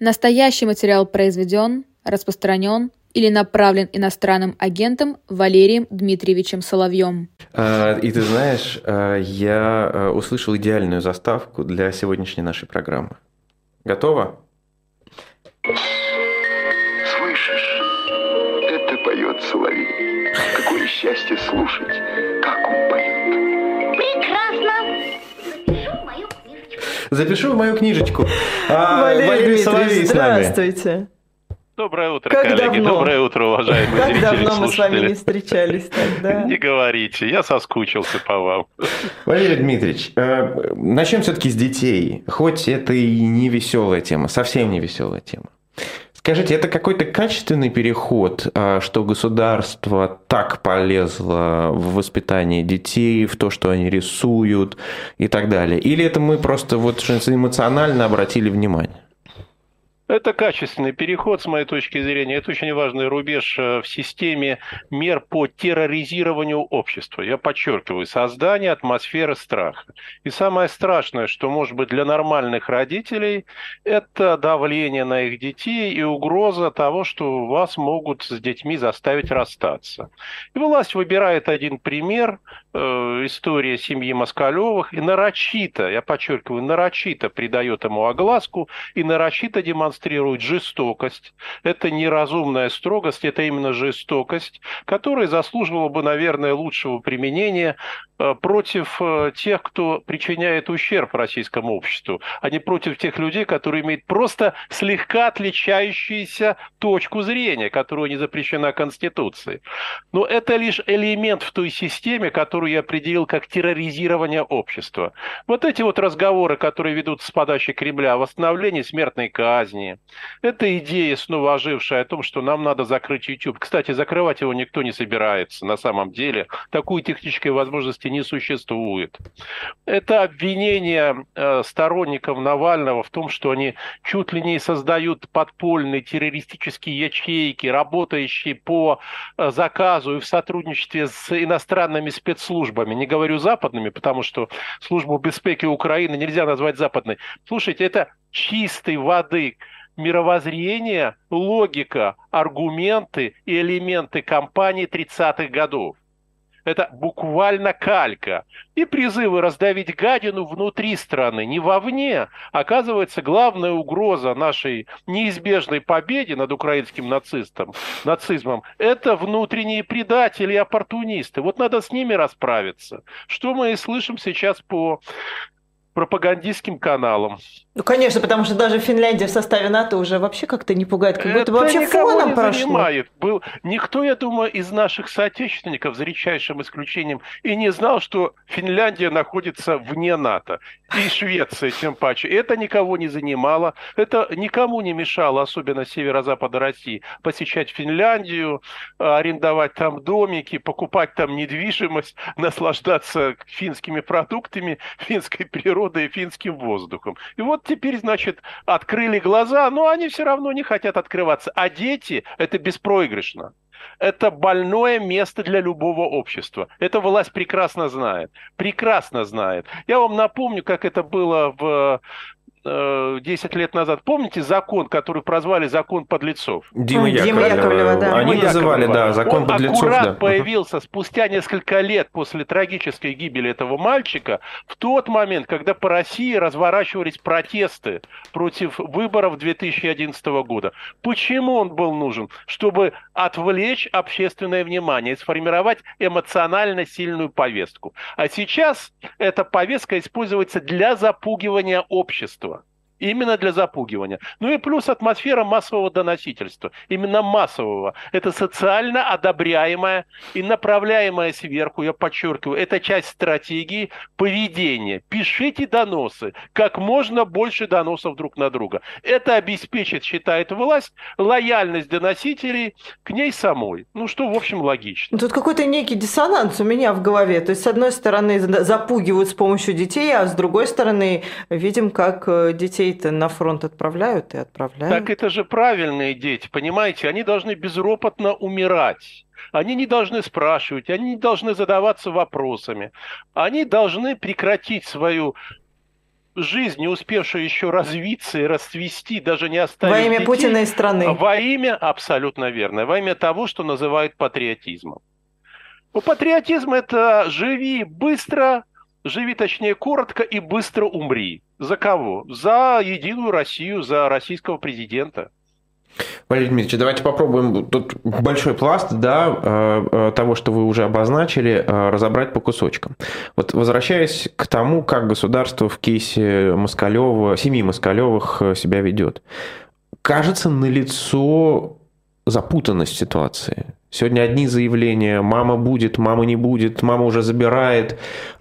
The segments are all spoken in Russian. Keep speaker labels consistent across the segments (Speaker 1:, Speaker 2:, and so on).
Speaker 1: Настоящий материал произведен, распространен или направлен иностранным агентом Валерием Дмитриевичем Соловьем.
Speaker 2: И ты знаешь, я услышал идеальную заставку для сегодняшней нашей программы. Готова?
Speaker 3: Слышишь? Это поет соловей. Какое счастье слушать, как он поет.
Speaker 4: Прекрасно!
Speaker 2: Запишу в мою книжечку.
Speaker 5: Валерий Дмитриевич, здравствуйте.
Speaker 6: Доброе утро, коллеги. Доброе утро, уважаемые зрители.
Speaker 5: Как давно мы с вами не встречались тогда?
Speaker 6: Не говорите, я соскучился по вам.
Speaker 2: Валерий Дмитриевич, начнем все-таки с детей. Хоть это и не веселая тема, совсем не веселая тема. Скажите, это какой-то качественный переход, что государство так полезло в воспитание детей, в то, что они рисуют и так далее? Или это мы просто вот эмоционально обратили внимание?
Speaker 6: Это качественный переход, с моей точки зрения. Это очень важный рубеж в системе мер по терроризированию общества. Я подчеркиваю, создание атмосферы страха. И самое страшное, что может быть для нормальных родителей, это давление на их детей и угроза того, что вас могут с детьми заставить расстаться. И власть выбирает один пример, история семьи Москалевых, и нарочито, я подчеркиваю, нарочито придает ему огласку и нарочито демонстрирует жестокость. Это неразумная строгость, это именно жестокость, которая заслуживала бы, наверное, лучшего применения против тех, кто причиняет ущерб российскому обществу, а не против тех людей, которые имеют просто слегка отличающуюся точку зрения, которая не запрещена Конституцией. Но это лишь элемент в той системе, которую я определил как терроризирование общества. Вот эти вот разговоры, которые ведут с подачи Кремля о восстановлении смертной казни, это идея, снова ожившая, о том, что нам надо закрыть YouTube. Кстати, закрывать его никто не собирается на самом деле. Такой технической возможности не существует. Это обвинение сторонников Навального в том, что они чуть ли не создают подпольные террористические ячейки, работающие по заказу и в сотрудничестве с иностранными спецслужбами. Не говорю западными, потому что службу безопасности Украины нельзя назвать западной. Слушайте, это чистой воды мировоззрение, логика, аргументы и элементы кампании 30-х годов. Это буквально калька. И призывы раздавить гадину внутри страны, не вовне. Оказывается, главная угроза нашей неизбежной победе над украинским нацизмом – это внутренние предатели и оппортунисты. Вот надо с ними расправиться. Что мы и слышим сейчас по пропагандистским каналам.
Speaker 5: Ну, конечно, потому что даже Финляндия в составе НАТО уже вообще как-то не пугает, как будто бы вообще фоном прошло.
Speaker 6: Никто, я думаю, из наших соотечественников, за редчайшим исключением, и не знал, что Финляндия находится вне НАТО. И Швеция, тем паче. Это никого не занимало. Это никому не мешало, особенно северо-запада России, посещать Финляндию, арендовать там домики, покупать там недвижимость, наслаждаться финскими продуктами, финской природой и финским воздухом. И вот теперь, значит, открыли глаза, но они все равно не хотят открываться. А дети – это беспроигрышно. Это больное место для любого общества. Эта власть прекрасно знает. Прекрасно знает. Я вам напомню, как это было в 10 лет назад. Помните закон, который прозвали закон подлецов?
Speaker 2: Дима Яковлева, да. Они называли, да, закон подлецов.
Speaker 6: Он аккурат появился спустя несколько лет после трагической гибели этого мальчика, в тот момент, когда по России разворачивались протесты против выборов 2011 года. Почему он был нужен? Чтобы отвлечь общественное внимание и сформировать эмоционально сильную повестку. А сейчас эта повестка используется для запугивания общества. Именно для запугивания. Ну и плюс атмосфера массового доносительства. Именно массового. Это социально одобряемое и направляемое сверху, я подчеркиваю, это часть стратегии поведения. Пишите доносы. Как можно больше доносов друг на друга. Это обеспечит, считает власть, лояльность доносителей к ней самой. Ну что, в общем, логично.
Speaker 5: Тут какой-то некий диссонанс у меня в голове. То есть, с одной стороны, запугивают с помощью детей, а с другой стороны, видим, как детей на фронт отправляют и отправляют.
Speaker 6: Так это же правильные дети, понимаете? Они должны безропотно умирать. Они не должны спрашивать, они не должны задаваться вопросами. Они должны прекратить свою жизнь, не успевшая еще развиться и расцвести, даже не оставив
Speaker 5: Во имя
Speaker 6: детей,
Speaker 5: Путина и страны.
Speaker 6: Во имя, абсолютно верно, во имя того, что называют патриотизмом. Патриотизм – это живи быстро, живи, точнее, коротко и быстро умри. За кого? За Единую Россию, за российского президента.
Speaker 2: Валерий Дмитриевич, давайте попробуем тут большой пласт, да, того, что вы уже обозначили, разобрать по кусочкам. Вот возвращаясь к тому, как государство в кейсе Москалева, семьи Москалевых себя ведет. Кажется, налицо запутанность ситуации. Сегодня одни заявления: мама будет, мама не будет, мама уже забирает.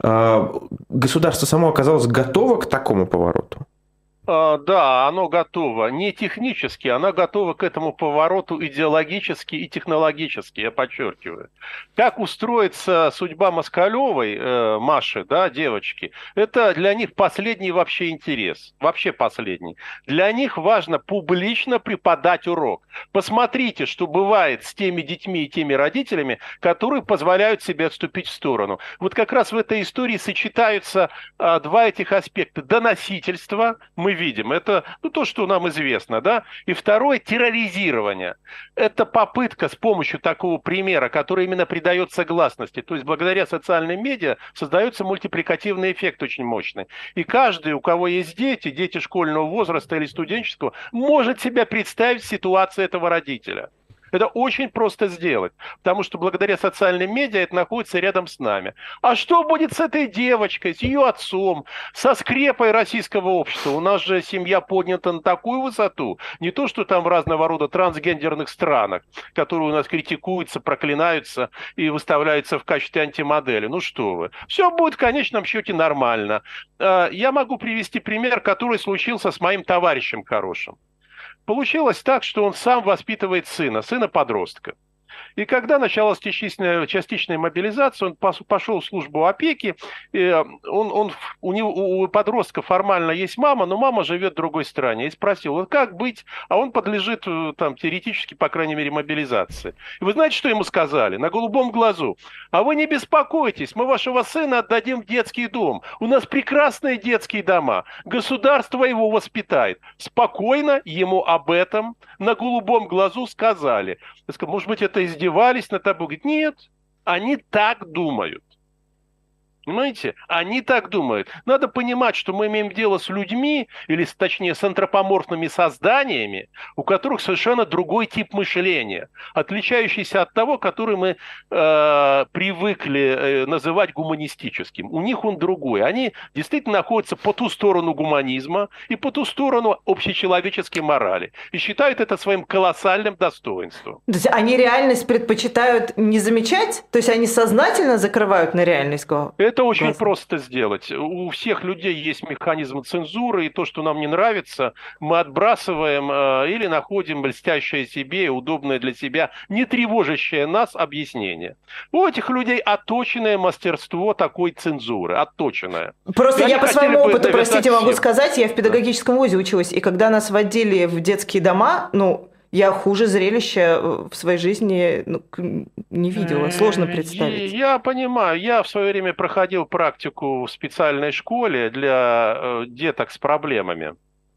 Speaker 2: Государство само оказалось готово к такому повороту?
Speaker 6: Да, оно готово. Не технически, оно готово к этому повороту идеологически и технологически, я подчеркиваю. Как устроится судьба Москалевой, Маши, да, девочки, это для них последний вообще интерес. Вообще последний. Для них важно публично преподать урок. Посмотрите, что бывает с теми детьми и теми родителями, которые позволяют себе отступить в сторону. Вот как раз в этой истории сочетаются два этих аспекта. Доносительство, мы видим, это то, что нам известно, да, и второе — терроризирование. Это попытка с помощью такого примера, который именно придается гласности, то есть благодаря социальным медиа создается мультипликативный эффект очень мощный. И каждый, у кого есть дети школьного возраста или студенческого, может себе представить ситуацию этого родителя. Это очень просто сделать, потому что благодаря социальным медиа это находится рядом с нами. А что будет с этой девочкой, с ее отцом, со скрепой российского общества? У нас же семья поднята на такую высоту, не то, что там в разного рода трансгендерных странах, которые у нас критикуются, проклинаются и выставляются в качестве антимодели. Ну что вы, все будет в конечном счете нормально. Я могу привести пример, который случился с моим товарищем хорошим. Получилось так, что он сам воспитывает сына-подростка. И когда началась частичная мобилизация, он пошел в службу опеки. У подростка формально есть мама, но мама живет в другой стране. И спросил, вот как быть? А он подлежит там, теоретически, по крайней мере, мобилизации. И вы знаете, что ему сказали? На голубом глазу. А вы не беспокойтесь, мы вашего сына отдадим в детский дом. У нас прекрасные детские дома. Государство его воспитает. Спокойно ему об этом на голубом глазу сказали. Может быть, это издевались над тобой? Говорит, нет, они так думают. Понимаете? Они так думают. Надо понимать, что мы имеем дело с людьми, или точнее с антропоморфными созданиями, у которых совершенно другой тип мышления, отличающийся от того, который мы привыкли называть гуманистическим. У них он другой. Они действительно находятся по ту сторону гуманизма и по ту сторону общечеловеческой морали. И считают это своим колоссальным достоинством.
Speaker 5: То есть они реальность предпочитают не замечать? То есть они сознательно закрывают на реальность голову?
Speaker 6: Это очень просто сделать. У всех людей есть механизм цензуры, и то, что нам не нравится, мы отбрасываем или находим льстящее себе, удобное для себя, не тревожащее нас объяснение. У этих людей отточенное мастерство такой цензуры, отточенное.
Speaker 5: Просто я по своему опыту, простите, могу сказать, я в педагогическом вузе училась, и когда нас водили в детские дома, я хуже зрелища в своей жизни не видела. Сложно представить.
Speaker 6: Я понимаю. Я в свое время проходил практику в специальной школе для деток с проблемами.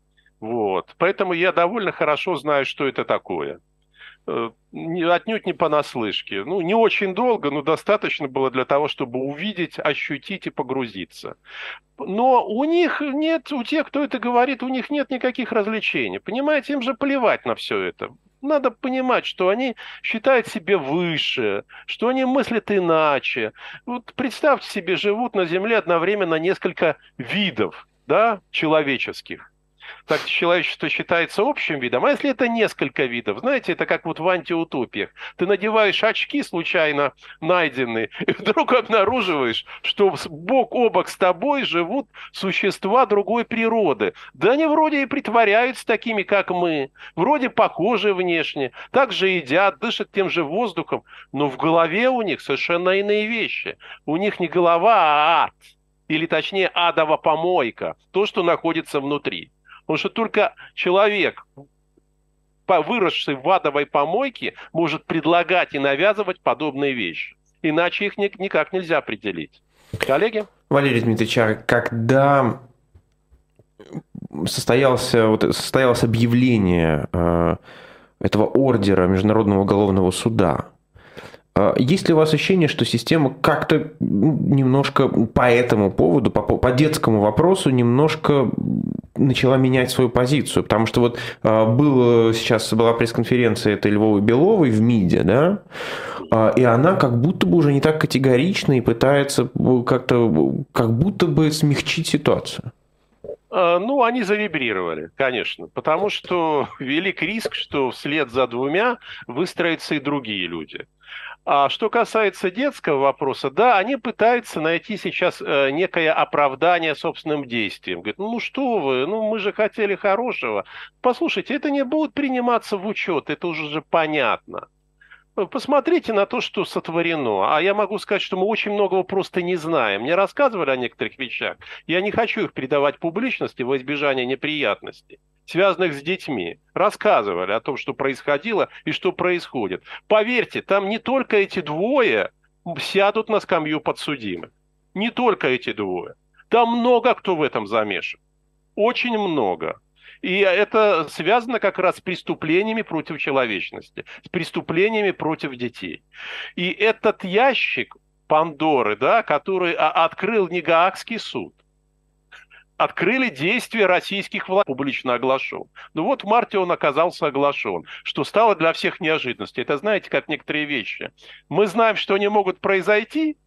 Speaker 6: Вот. Поэтому я довольно хорошо знаю, что это такое. Отнюдь не понаслышке. Не очень долго, но достаточно было для того, чтобы увидеть, ощутить и погрузиться. Но у них нет, у тех, кто это говорит, у них нет никаких развлечений. Понимаете, им же плевать на все это. Надо понимать, что они считают себя выше, что они мыслят иначе. Вот представьте себе, живут на Земле одновременно несколько видов, да, человеческих. Так человечество считается общим видом, а если это несколько видов, знаете, это как вот в антиутопиях. Ты надеваешь очки, случайно найденные, и вдруг обнаруживаешь, что бок о бок с тобой живут существа другой природы. Да они вроде и притворяются такими, как мы, вроде похожи внешне, так же едят, дышат тем же воздухом, но в голове у них совершенно иные вещи. У них не голова, а ад, или точнее адова помойка, то, что находится внутри. Потому что только человек, выросший в адовой помойке, может предлагать и навязывать подобные вещи. Иначе их никак нельзя определить. Коллеги?
Speaker 2: Валерий Дмитриевич, а когда состоялось объявление этого ордера Международного уголовного суда. Есть ли у вас ощущение, что система как-то немножко по этому поводу, по детскому вопросу немножко начала менять свою позицию? Потому что вот сейчас была пресс-конференция этой Львовой-Беловой в МИДе, да, и она как будто бы уже не так категорична и пытается как будто бы смягчить ситуацию.
Speaker 6: Ну, они завибрировали, конечно, потому что велик риск, что вслед за двумя выстроятся и другие люди. А что касается детского вопроса, да, они пытаются найти сейчас некое оправдание собственным действиям. Говорят, ну что вы, мы же хотели хорошего. Послушайте, это не будет приниматься в учет, это уже понятно. Посмотрите на то, что сотворено. А я могу сказать, что мы очень многого просто не знаем. Мне рассказывали о некоторых вещах. Я не хочу их придавать публичности во избежание неприятностей, связанных с детьми. Рассказывали о том, что происходило и что происходит. Поверьте, там не только эти двое сядут на скамью подсудимых. Не только эти двое. Там много кто в этом замешан. Очень много. И это связано как раз с преступлениями против человечности, с преступлениями против детей. И этот ящик Пандоры, да, который открыл не Гаагский суд, открыли действия российских властей, публично оглашен. Ну вот в марте он оказался оглашен, что стало для всех неожиданностью. Это, знаете, как некоторые вещи. Мы знаем, что они могут произойти,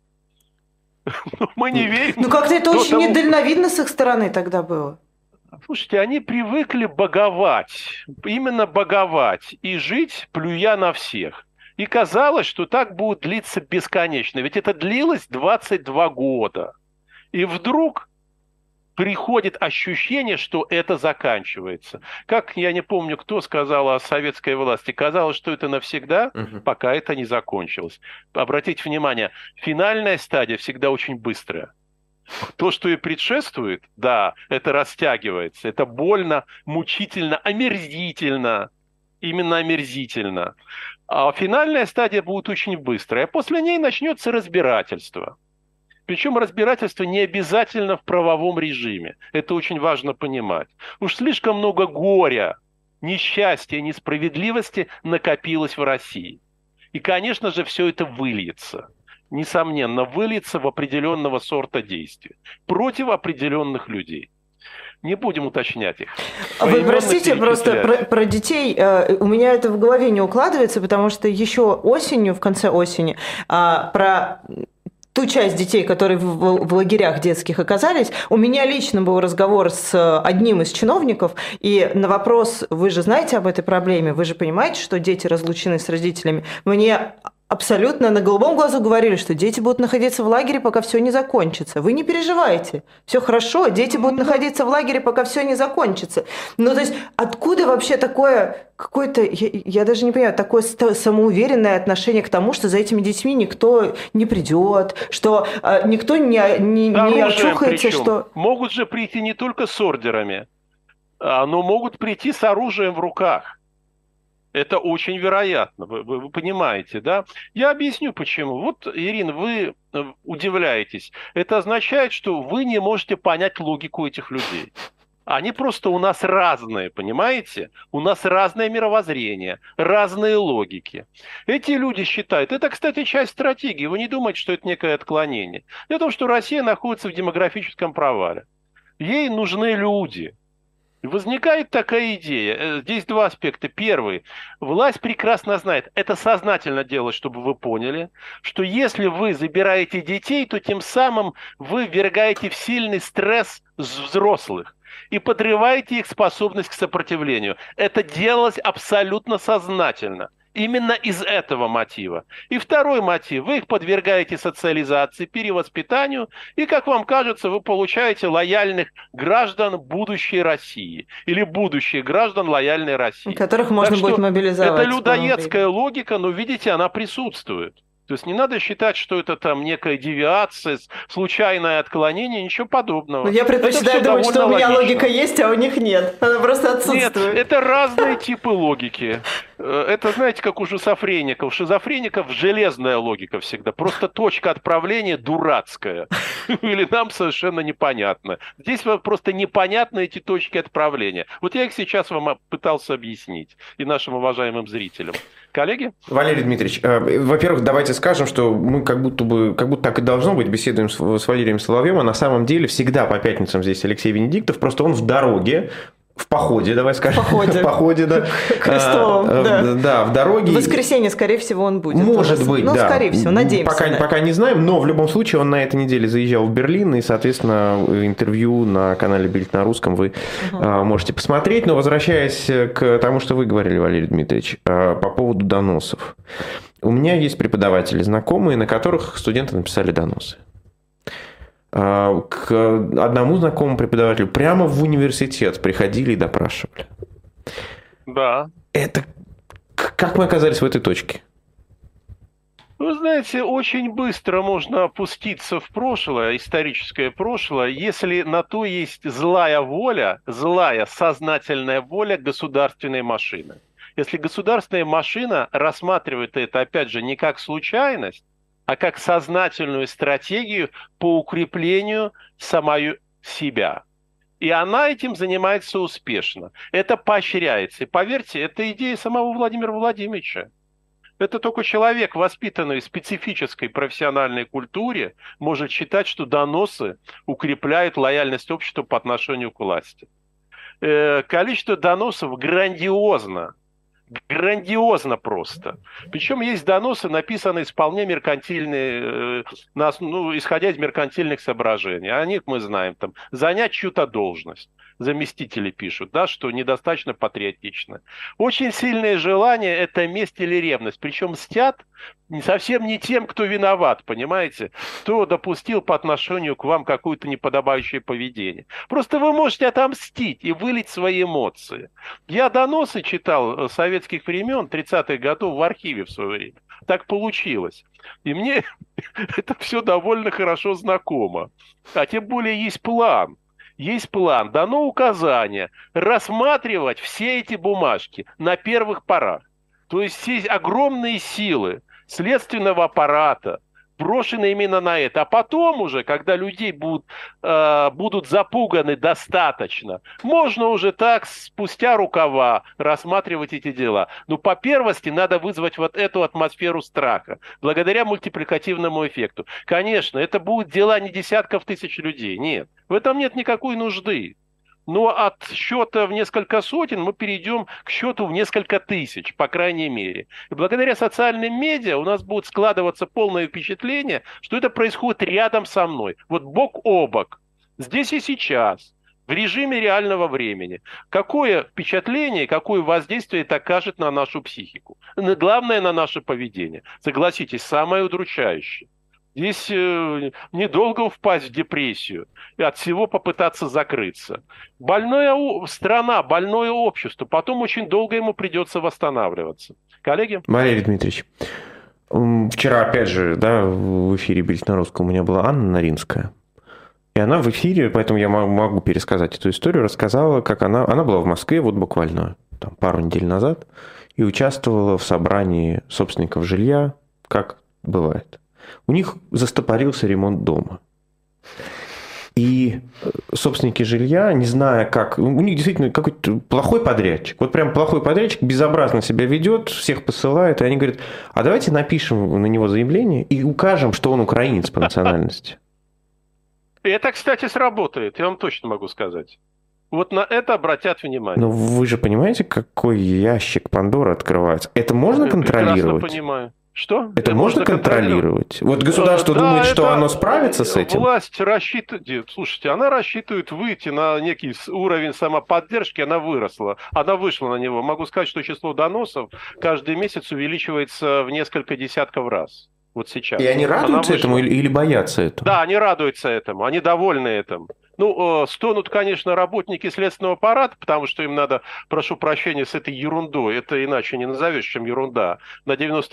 Speaker 6: но мы не верим.
Speaker 5: Ну как-то это очень недальновидно с их стороны тогда было.
Speaker 6: Слушайте, они привыкли боговать, именно боговать и жить, плюя на всех. И казалось, что так будет длиться бесконечно. Ведь это длилось 22 года. И вдруг приходит ощущение, что это заканчивается. Как, я не помню, кто сказал о советской власти, казалось, что это навсегда, пока это не закончилось. Обратите внимание, финальная стадия всегда очень быстрая. То, что и предшествует, да, это растягивается, это больно, мучительно, омерзительно, именно омерзительно. А финальная стадия будет очень быстрая, а после ней начнется разбирательство. Причем разбирательство не обязательно в правовом режиме, это очень важно понимать. Уж слишком много горя, несчастья, несправедливости накопилось в России. И, конечно же, все это выльется. Несомненно, выльется в определенного сорта действия против определенных людей. Не будем уточнять их.
Speaker 5: Вы простите, просто про детей у меня это в голове не укладывается, потому что еще осенью, в конце осени, про ту часть детей, которые в лагерях детских оказались, у меня лично был разговор с одним из чиновников, и на вопрос, вы же знаете об этой проблеме, вы же понимаете, что дети разлучены с родителями, мне абсолютно на голубом глазу говорили, что дети будут находиться в лагере, пока все не закончится. Вы не переживайте, все хорошо, дети будут находиться в лагере, пока все не закончится. Ну, то есть, откуда вообще такое какое-то, я даже не понимаю, такое самоуверенное отношение к тому, что за этими детьми никто не придет, что никто не очухается, что...
Speaker 6: Могут же прийти не только с ордерами, но могут прийти с оружием в руках. Это очень вероятно, вы понимаете, да? Я объясню почему. Вот, Ирина, вы удивляетесь. Это означает, что вы не можете понять логику этих людей. Они просто у нас разные, понимаете? У нас разное мировоззрение, разные логики. Эти люди считают, это, кстати, часть стратегии, вы не думаете, что это некое отклонение. Дело в том, что Россия находится в демографическом провале. Ей нужны люди. Возникает такая идея. Здесь два аспекта. Первый. Власть прекрасно знает, это сознательно делает, чтобы вы поняли, что если вы забираете детей, то тем самым вы ввергаете в сильный стресс взрослых и подрываете их способность к сопротивлению. Это делалось абсолютно сознательно. Именно из этого мотива. И второй мотив. Вы их подвергаете социализации, перевоспитанию, и, как вам кажется, вы получаете лояльных граждан будущей России. Или будущих граждан лояльной России.
Speaker 5: Которых можно будет мобилизовать.
Speaker 6: Это людоедская логика, но, видите, она присутствует. То есть не надо считать, что это там некая девиация, случайное отклонение, ничего подобного.
Speaker 5: Но я предпочитаю думать, что у меня логика есть, а у них нет. Она просто отсутствует.
Speaker 6: Нет, это разные типы логики. Это, знаете, как у шизофреников. У шизофреников железная логика всегда. Просто точка отправления дурацкая. Или нам совершенно непонятно. Здесь просто непонятны эти точки отправления. Вот я их сейчас вам пытался объяснить. И нашим уважаемым зрителям. Коллеги?
Speaker 2: Валерий Дмитриевич, во-первых, давайте скажем, что мы как будто так и должно быть, беседуем с Валерием Соловьем, а на самом деле всегда по пятницам здесь Алексей Венедиктов, просто он в дороге, в походе, давай скажем. В походе, да.
Speaker 5: Крестовом, да.
Speaker 2: Да, в дороге.
Speaker 5: В воскресенье, скорее всего, он будет.
Speaker 2: Может быть, да.
Speaker 5: Ну, скорее всего, надеемся.
Speaker 2: Пока не знаем, но в любом случае он на этой неделе заезжал в Берлин, и, соответственно, интервью на канале Бильд на русском вы можете посмотреть. Но возвращаясь к тому, что вы говорили, Валерий Дмитриевич, по поводу доносов. У меня есть преподаватели знакомые, на которых студенты написали доносы. К одному знакомому преподавателю прямо в университет приходили и допрашивали.
Speaker 6: Да.
Speaker 2: Это как мы оказались в этой точке?
Speaker 6: Вы знаете, очень быстро можно опуститься в прошлое, историческое прошлое, если на то есть злая воля, злая сознательная воля государственной машины. Если государственная машина рассматривает это, опять же, не как случайность, а как сознательную стратегию по укреплению самой себя. И она этим занимается успешно. Это поощряется. И поверьте, это идея самого Владимира Владимировича. Это только человек, воспитанный в специфической профессиональной культуре, может считать, что доносы укрепляют лояльность общества по отношению к власти. Количество доносов грандиозно. Грандиозно просто. Причем есть доносы, написанные вполне меркантильные, исходя из меркантильных соображений. О них мы знаем. Там, занять чью-то должность. Заместители пишут, да, что недостаточно патриотично. Очень сильное желание – это месть или ревность. Причем мстят совсем не тем, кто виноват, понимаете? Кто допустил по отношению к вам какое-то неподобающее поведение. Просто вы можете отомстить и вылить свои эмоции. Я доносы читал советских времен, 30-х годов в архиве в свое время. Так получилось. И мне это все довольно хорошо знакомо. А тем более есть план. Есть план, дано указание рассматривать все эти бумажки на первых порах. То есть все огромные силы следственного аппарата брошены именно на это. А потом уже, когда людей будут запуганы достаточно, можно уже так, спустя рукава, рассматривать эти дела. Но по первости надо вызвать вот эту атмосферу страха, благодаря мультипликативному эффекту. Конечно, это будут дела не десятков тысяч людей, нет. В этом нет никакой нужды. Но от счета в несколько сотен мы перейдем к счету в несколько тысяч, по крайней мере. И благодаря социальным медиа у нас будет складываться полное впечатление, что это происходит рядом со мной. Вот бок о бок. Здесь и сейчас. В режиме реального времени. Какое впечатление, какое воздействие это окажет на нашу психику? Главное, на наше поведение. Согласитесь, самое удручающее. Здесь недолго впасть в депрессию и от всего попытаться закрыться. Больная страна, больное общество, потом очень долго ему придется восстанавливаться. Коллеги?
Speaker 2: Валерий Дмитриевич, вчера, опять же, да, в эфире «Бильд на русском» у меня была Анна Наринская. И она в эфире, поэтому я могу пересказать эту историю, рассказала, как она была в Москве вот буквально там, пару недель назад и участвовала в собрании собственников жилья, как бывает. У них застопорился ремонт дома. И собственники жилья, не зная как... У них действительно какой-то плохой подрядчик. Вот прям плохой подрядчик безобразно себя ведет, всех посылает. И они говорят, а давайте напишем на него заявление и укажем, что он украинец по национальности.
Speaker 6: Это, кстати, сработает, я вам точно могу сказать. Вот на это обратят внимание.
Speaker 2: Но вы же понимаете, какой ящик Пандоры открывается? Это можно контролировать?
Speaker 6: Прекрасно понимаю. Что?
Speaker 2: Это можно контролировать? Вот государство думает, что оно справится с этим?
Speaker 6: Власть рассчитывает... Слушайте, она рассчитывает выйти на некий уровень самоподдержки, она выросла. Она вышла на него. Могу сказать, что число доносов каждый месяц увеличивается в несколько десятков раз. Вот сейчас.
Speaker 2: И они радуются этому или боятся этого?
Speaker 6: Да, они радуются этому, они довольны этим. Ну, стонут, конечно, работники следственного аппарата, потому что им надо, прошу прощения, с этой ерундой, это иначе не назовешь, чем ерунда, на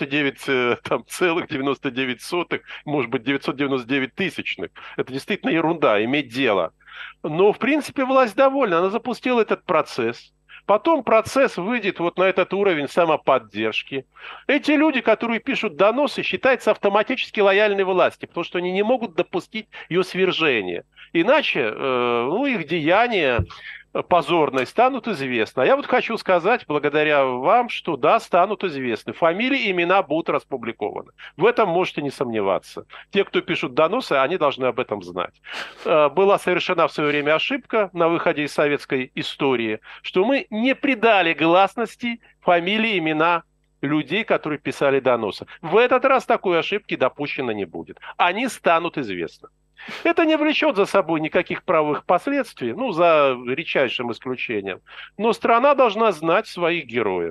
Speaker 6: 99,99, может быть, 999 тысячных. Это действительно ерунда, иметь дело. Но, в принципе, власть довольна, она запустила этот процесс. Потом процесс выйдет вот на этот уровень самоподдержки. Эти люди, которые пишут доносы, считаются автоматически лояльной власти, потому что они не могут допустить ее свержения. Иначе их деяния позорные станут известны. А я вот хочу сказать, благодаря вам, что да, станут известны. Фамилии, имена будут распубликованы. В этом можете не сомневаться. Те, кто пишут доносы, они должны об этом знать. Была совершена в свое время ошибка на выходе из советской истории, что мы не придали гласности фамилии, имена людей, которые писали доносы. В этот раз такой ошибки допущено не будет. Они станут известны. Это не влечет за собой никаких правовых последствий, за редчайшим исключением. Но страна должна знать своих героев.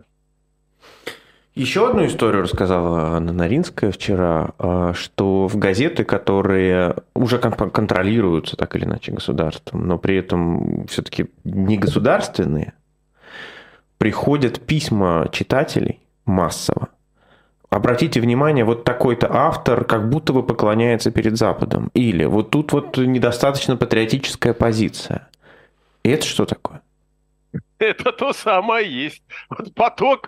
Speaker 2: Еще одну историю рассказала Анна Наринская вчера, что в газеты, которые уже контролируются так или иначе государством, но при этом все-таки не государственные, приходят письма читателей массово. Обратите внимание, вот такой-то автор как будто бы поклоняется перед Западом. Или вот тут вот недостаточно патриотическая позиция. И это что такое?
Speaker 6: Это то самое есть. Вот поток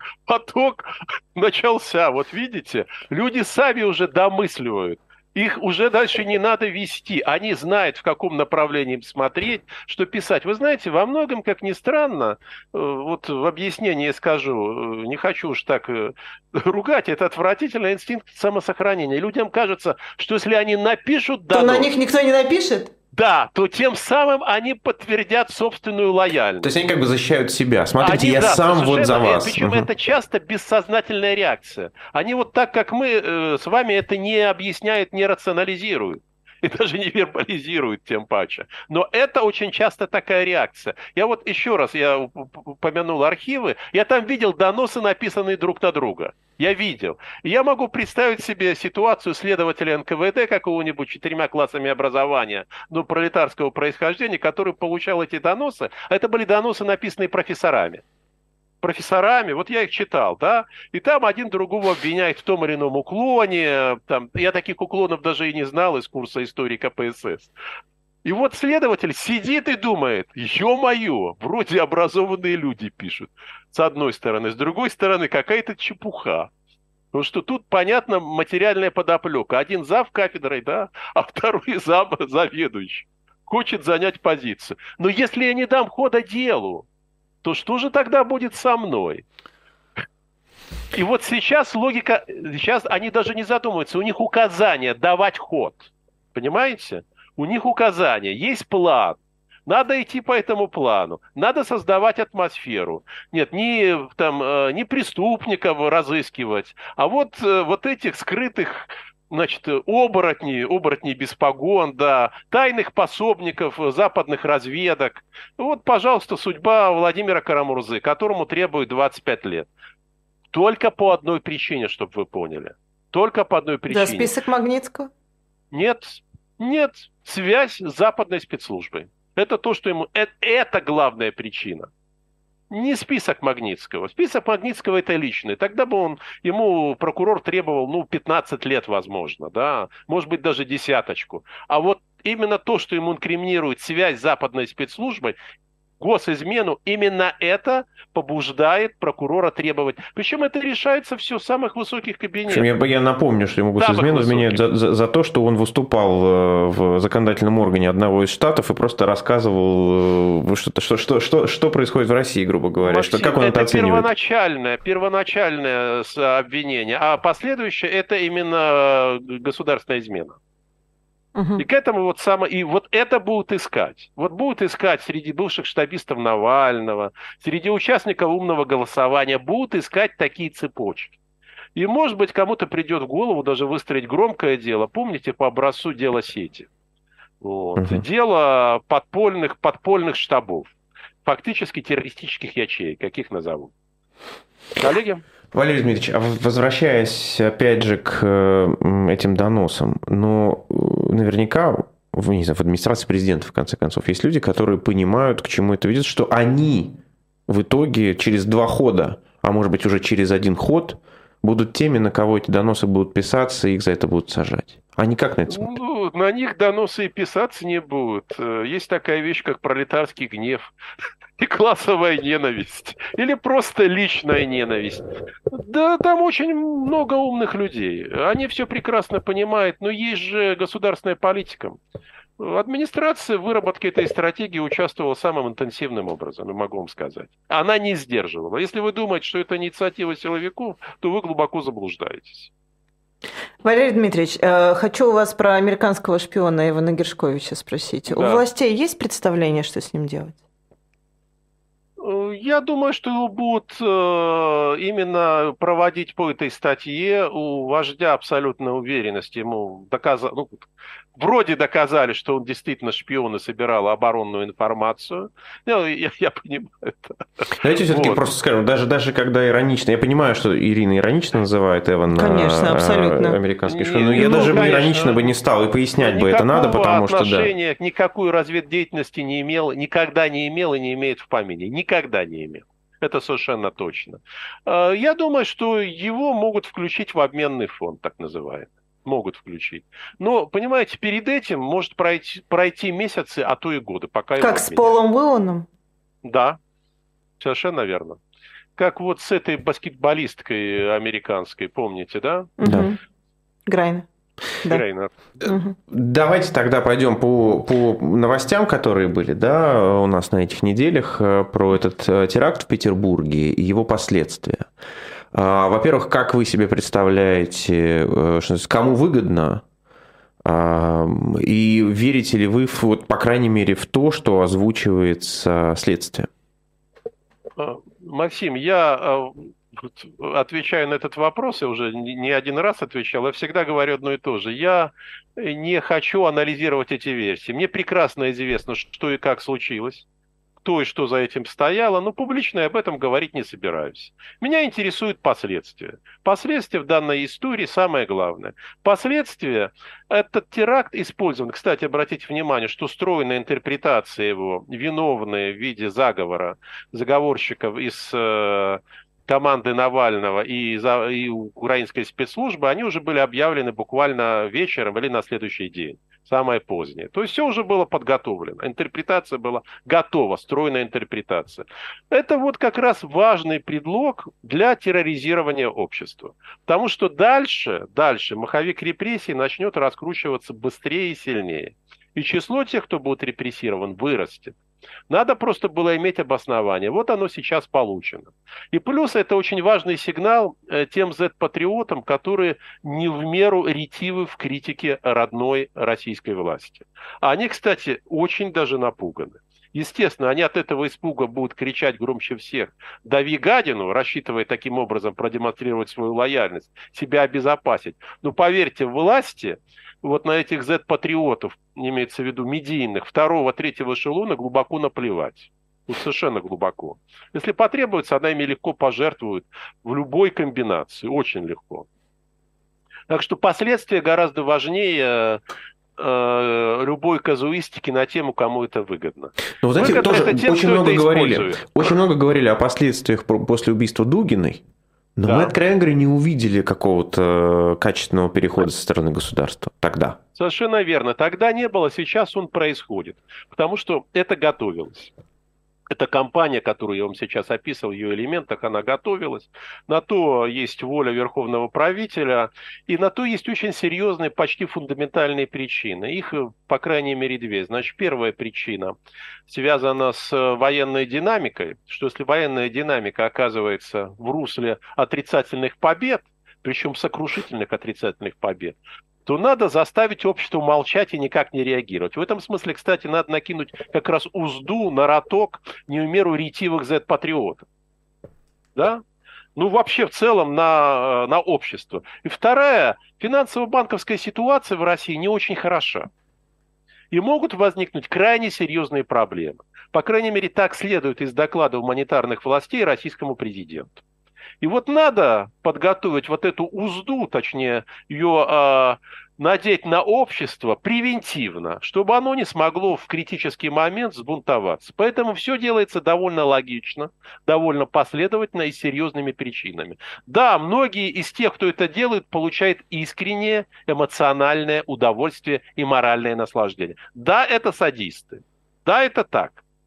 Speaker 6: начался. Вот видите, люди сами уже домысливают. Их уже дальше не надо вести. Они знают, в каком направлении им смотреть, что писать. Вы знаете, во многом, как ни странно, вот в объяснении скажу, не хочу уж так ругать, это отвратительный инстинкт самосохранения. Людям кажется, что если они напишут донос...
Speaker 5: То на них никто не напишет?
Speaker 6: Да, то тем самым они подтвердят собственную лояльность.
Speaker 2: То есть они как бы защищают себя. Смотрите, я сам вот за вас.
Speaker 6: Причем это часто бессознательная реакция. Они вот так, как мы с вами, это не объясняют, не рационализируют. И даже не вербализируют тем паче. Но это очень часто такая реакция. Я вот еще раз, я упомянул архивы, я там видел доносы, написанные друг на друга. Я видел. И я могу представить себе ситуацию следователя НКВД какого-нибудь 4 классами образования, пролетарского происхождения, который получал эти доносы. А это были доносы, написанные профессорами. Вот я их читал, да, и там один другого обвиняет в том или ином уклоне, я таких уклонов даже и не знал из курса истории КПСС. И вот следователь сидит и думает, ё-моё, вроде образованные люди пишут, с одной стороны, с другой стороны, какая-то чепуха. Потому что тут, понятно, материальная подоплека. Один зав кафедрой, да, а второй заведующий. Хочет занять позицию. Но если я не дам хода делу, то что же тогда будет со мной? И вот сейчас логика, сейчас они даже не задумываются, у них указание давать ход. Понимаете? У них указание, есть план. Надо идти по этому плану, надо создавать атмосферу. Нет, не преступников разыскивать, а вот этих скрытых, оборотней без погон, да, тайных пособников западных разведок. Вот, пожалуйста, судьба Владимира Карамурзы, которому требует 25 лет. Только по одной причине, чтобы вы поняли. Только по одной причине.
Speaker 5: Да, список Магнитского?
Speaker 6: Нет, связь с западной спецслужбой. Это то, что ему... Это главная причина. Не список Магнитского. Список Магнитского – это личный. Тогда бы ему прокурор требовал, 15 лет, возможно, да, может быть, даже 10. А вот именно то, что ему инкриминирует связь с западной спецслужбой, госизмену, именно это побуждает прокурора требовать. Причем это решается все в самых высоких кабинетах.
Speaker 2: Я напомню, что ему госизмену вменяют за то, что он выступал в законодательном органе одного из штатов и просто рассказывал, что происходит в России, грубо говоря.
Speaker 6: Максим,
Speaker 2: как он это оценивает.
Speaker 6: Первоначальное обвинение, а последующее это именно государственная измена. И к этому и вот это будут искать. Вот будут искать среди бывших штабистов Навального, среди участников умного голосования, будут искать такие цепочки. И, может быть, кому-то придет в голову даже выстроить громкое дело. Помните, по образцу дела сети? Дело подпольных штабов. Фактически террористических ячеек, каких назовут. Коллеги?
Speaker 2: Валерий Дмитриевич, а возвращаясь опять же к этим доносам, наверняка в администрации президента, в конце концов, есть люди, которые понимают, к чему это ведет, что они в итоге через 2 хода, а может быть уже через 1 ход, будут теми, на кого эти доносы будут писаться, и их за это будут сажать. Они как на это смотрят?
Speaker 6: На них доносы и писаться не будут. Есть такая вещь, как пролетарский гнев. и классовая ненависть, или просто личная ненависть. Да, там очень много умных людей. Они все прекрасно понимают, но есть же государственная политика. Администрация в выработке этой стратегии участвовала самым интенсивным образом, я могу вам сказать. Она не сдерживала. Если вы думаете, что это инициатива силовиков, то вы глубоко заблуждаетесь.
Speaker 5: Валерий Дмитриевич, хочу у вас про американского шпиона Ивана Гершковича спросить. Да. У властей есть представление, что с ним делать?
Speaker 6: Я думаю, что его будут именно проводить по этой статье. У вождя абсолютная уверенность. Ему вроде доказали, что он действительно шпион и собирал оборонную информацию. Я понимаю это.
Speaker 2: Давайте все-таки просто скажем, даже когда иронично, я понимаю, что Ирина иронично называет Эвана американский шпион, но я даже бы иронично бы не стал и пояснять бы это надо, потому что да.
Speaker 6: Никакой разведдеятельности не имел, никогда не имел и не имеет в помине. Никогда не имел. Это совершенно точно. Я думаю, что его могут включить в обменный фонд, так называемый. Могут включить. Но, понимаете, перед этим может пройти месяцы, а то и годы. Пока
Speaker 5: как с Полом Уилланом?
Speaker 6: Да, совершенно верно. Как вот с этой баскетболисткой американской, помните, да?
Speaker 5: Да. Грайнер.
Speaker 2: Да. Давайте тогда пойдем по новостям, которые были, да, у нас на этих неделях про этот теракт в Петербурге и его последствия. Во-первых, как вы себе представляете, кому выгодно, и верите ли вы, вот, по крайней мере, в то, что озвучивается следствие?
Speaker 6: Максим, я отвечаю на этот вопрос, я уже не один раз отвечал, я всегда говорю одно и то же. Я не хочу анализировать эти версии. Мне прекрасно известно, что и как случилось, кто и что за этим стояло, но публично я об этом говорить не собираюсь. Меня интересуют последствия. Последствия в данной истории самое главное. Последствия, этот теракт использован, кстати, обратите внимание, что стройная интерпретация его, виновные в виде заговора, заговорщиков из команды Навального и украинской спецслужбы, они уже были объявлены буквально вечером или на следующий день. Самое позднее. То есть все уже было подготовлено. Интерпретация была готова, стройная интерпретация. Это вот как раз важный предлог для терроризирования общества. Потому что дальше маховик репрессий начнет раскручиваться быстрее и сильнее. И число тех, кто будет репрессирован, вырастет. Надо просто было иметь обоснование. Вот оно сейчас получено. И плюс это очень важный сигнал тем Z-патриотам, которые не в меру ретивы в критике родной российской власти. Они, кстати, очень даже напуганы. Естественно, они от этого испуга будут кричать громче всех: «Дави гадину», рассчитывая таким образом продемонстрировать свою лояльность, себя обезопасить. Но поверьте, власти вот на этих Z-патриотов, имеется в виду медийных, второго, третьего эшелона, глубоко наплевать. Вот совершенно глубоко. Если потребуется, она ими легко пожертвует в любой комбинации. Очень легко. Так что последствия гораздо важнее любой казуистики на тему, кому это выгодно.
Speaker 2: Ну, знаете, тоже очень много говорили о последствиях после убийства Дугиной. Но мы, откровенно говоря, не увидели какого-то качественного перехода со стороны государства тогда.
Speaker 6: Совершенно верно. Тогда не было, сейчас он происходит. Потому что это готовилось. Эта кампания, которую я вам сейчас описывал, в ее элементах, она готовилась. На то есть воля верховного правителя, и на то есть очень серьезные, почти фундаментальные причины. Их, по крайней мере, две. Значит, первая причина связана с военной динамикой, что если военная динамика оказывается в русле отрицательных побед, причем сокрушительных отрицательных побед, то надо заставить общество молчать и никак не реагировать. В этом смысле, кстати, надо накинуть как раз узду на роток не в меру ретивых Z-патриотов. Да? Ну, вообще, в целом, на общество. И вторая, финансово-банковская ситуация в России не очень хороша. И могут возникнуть крайне серьезные проблемы. По крайней мере, так следует из докладов гуманитарных властей российскому президенту. И вот надо подготовить вот эту узду, точнее, ее надеть на общество превентивно, чтобы оно не смогло в критический момент взбунтоваться. Поэтому все делается довольно логично, довольно последовательно и с серьезными причинами. Да, многие из тех, кто это делает, получают искреннее эмоциональное удовольствие и моральное наслаждение. Да, это садисты. Да, это так.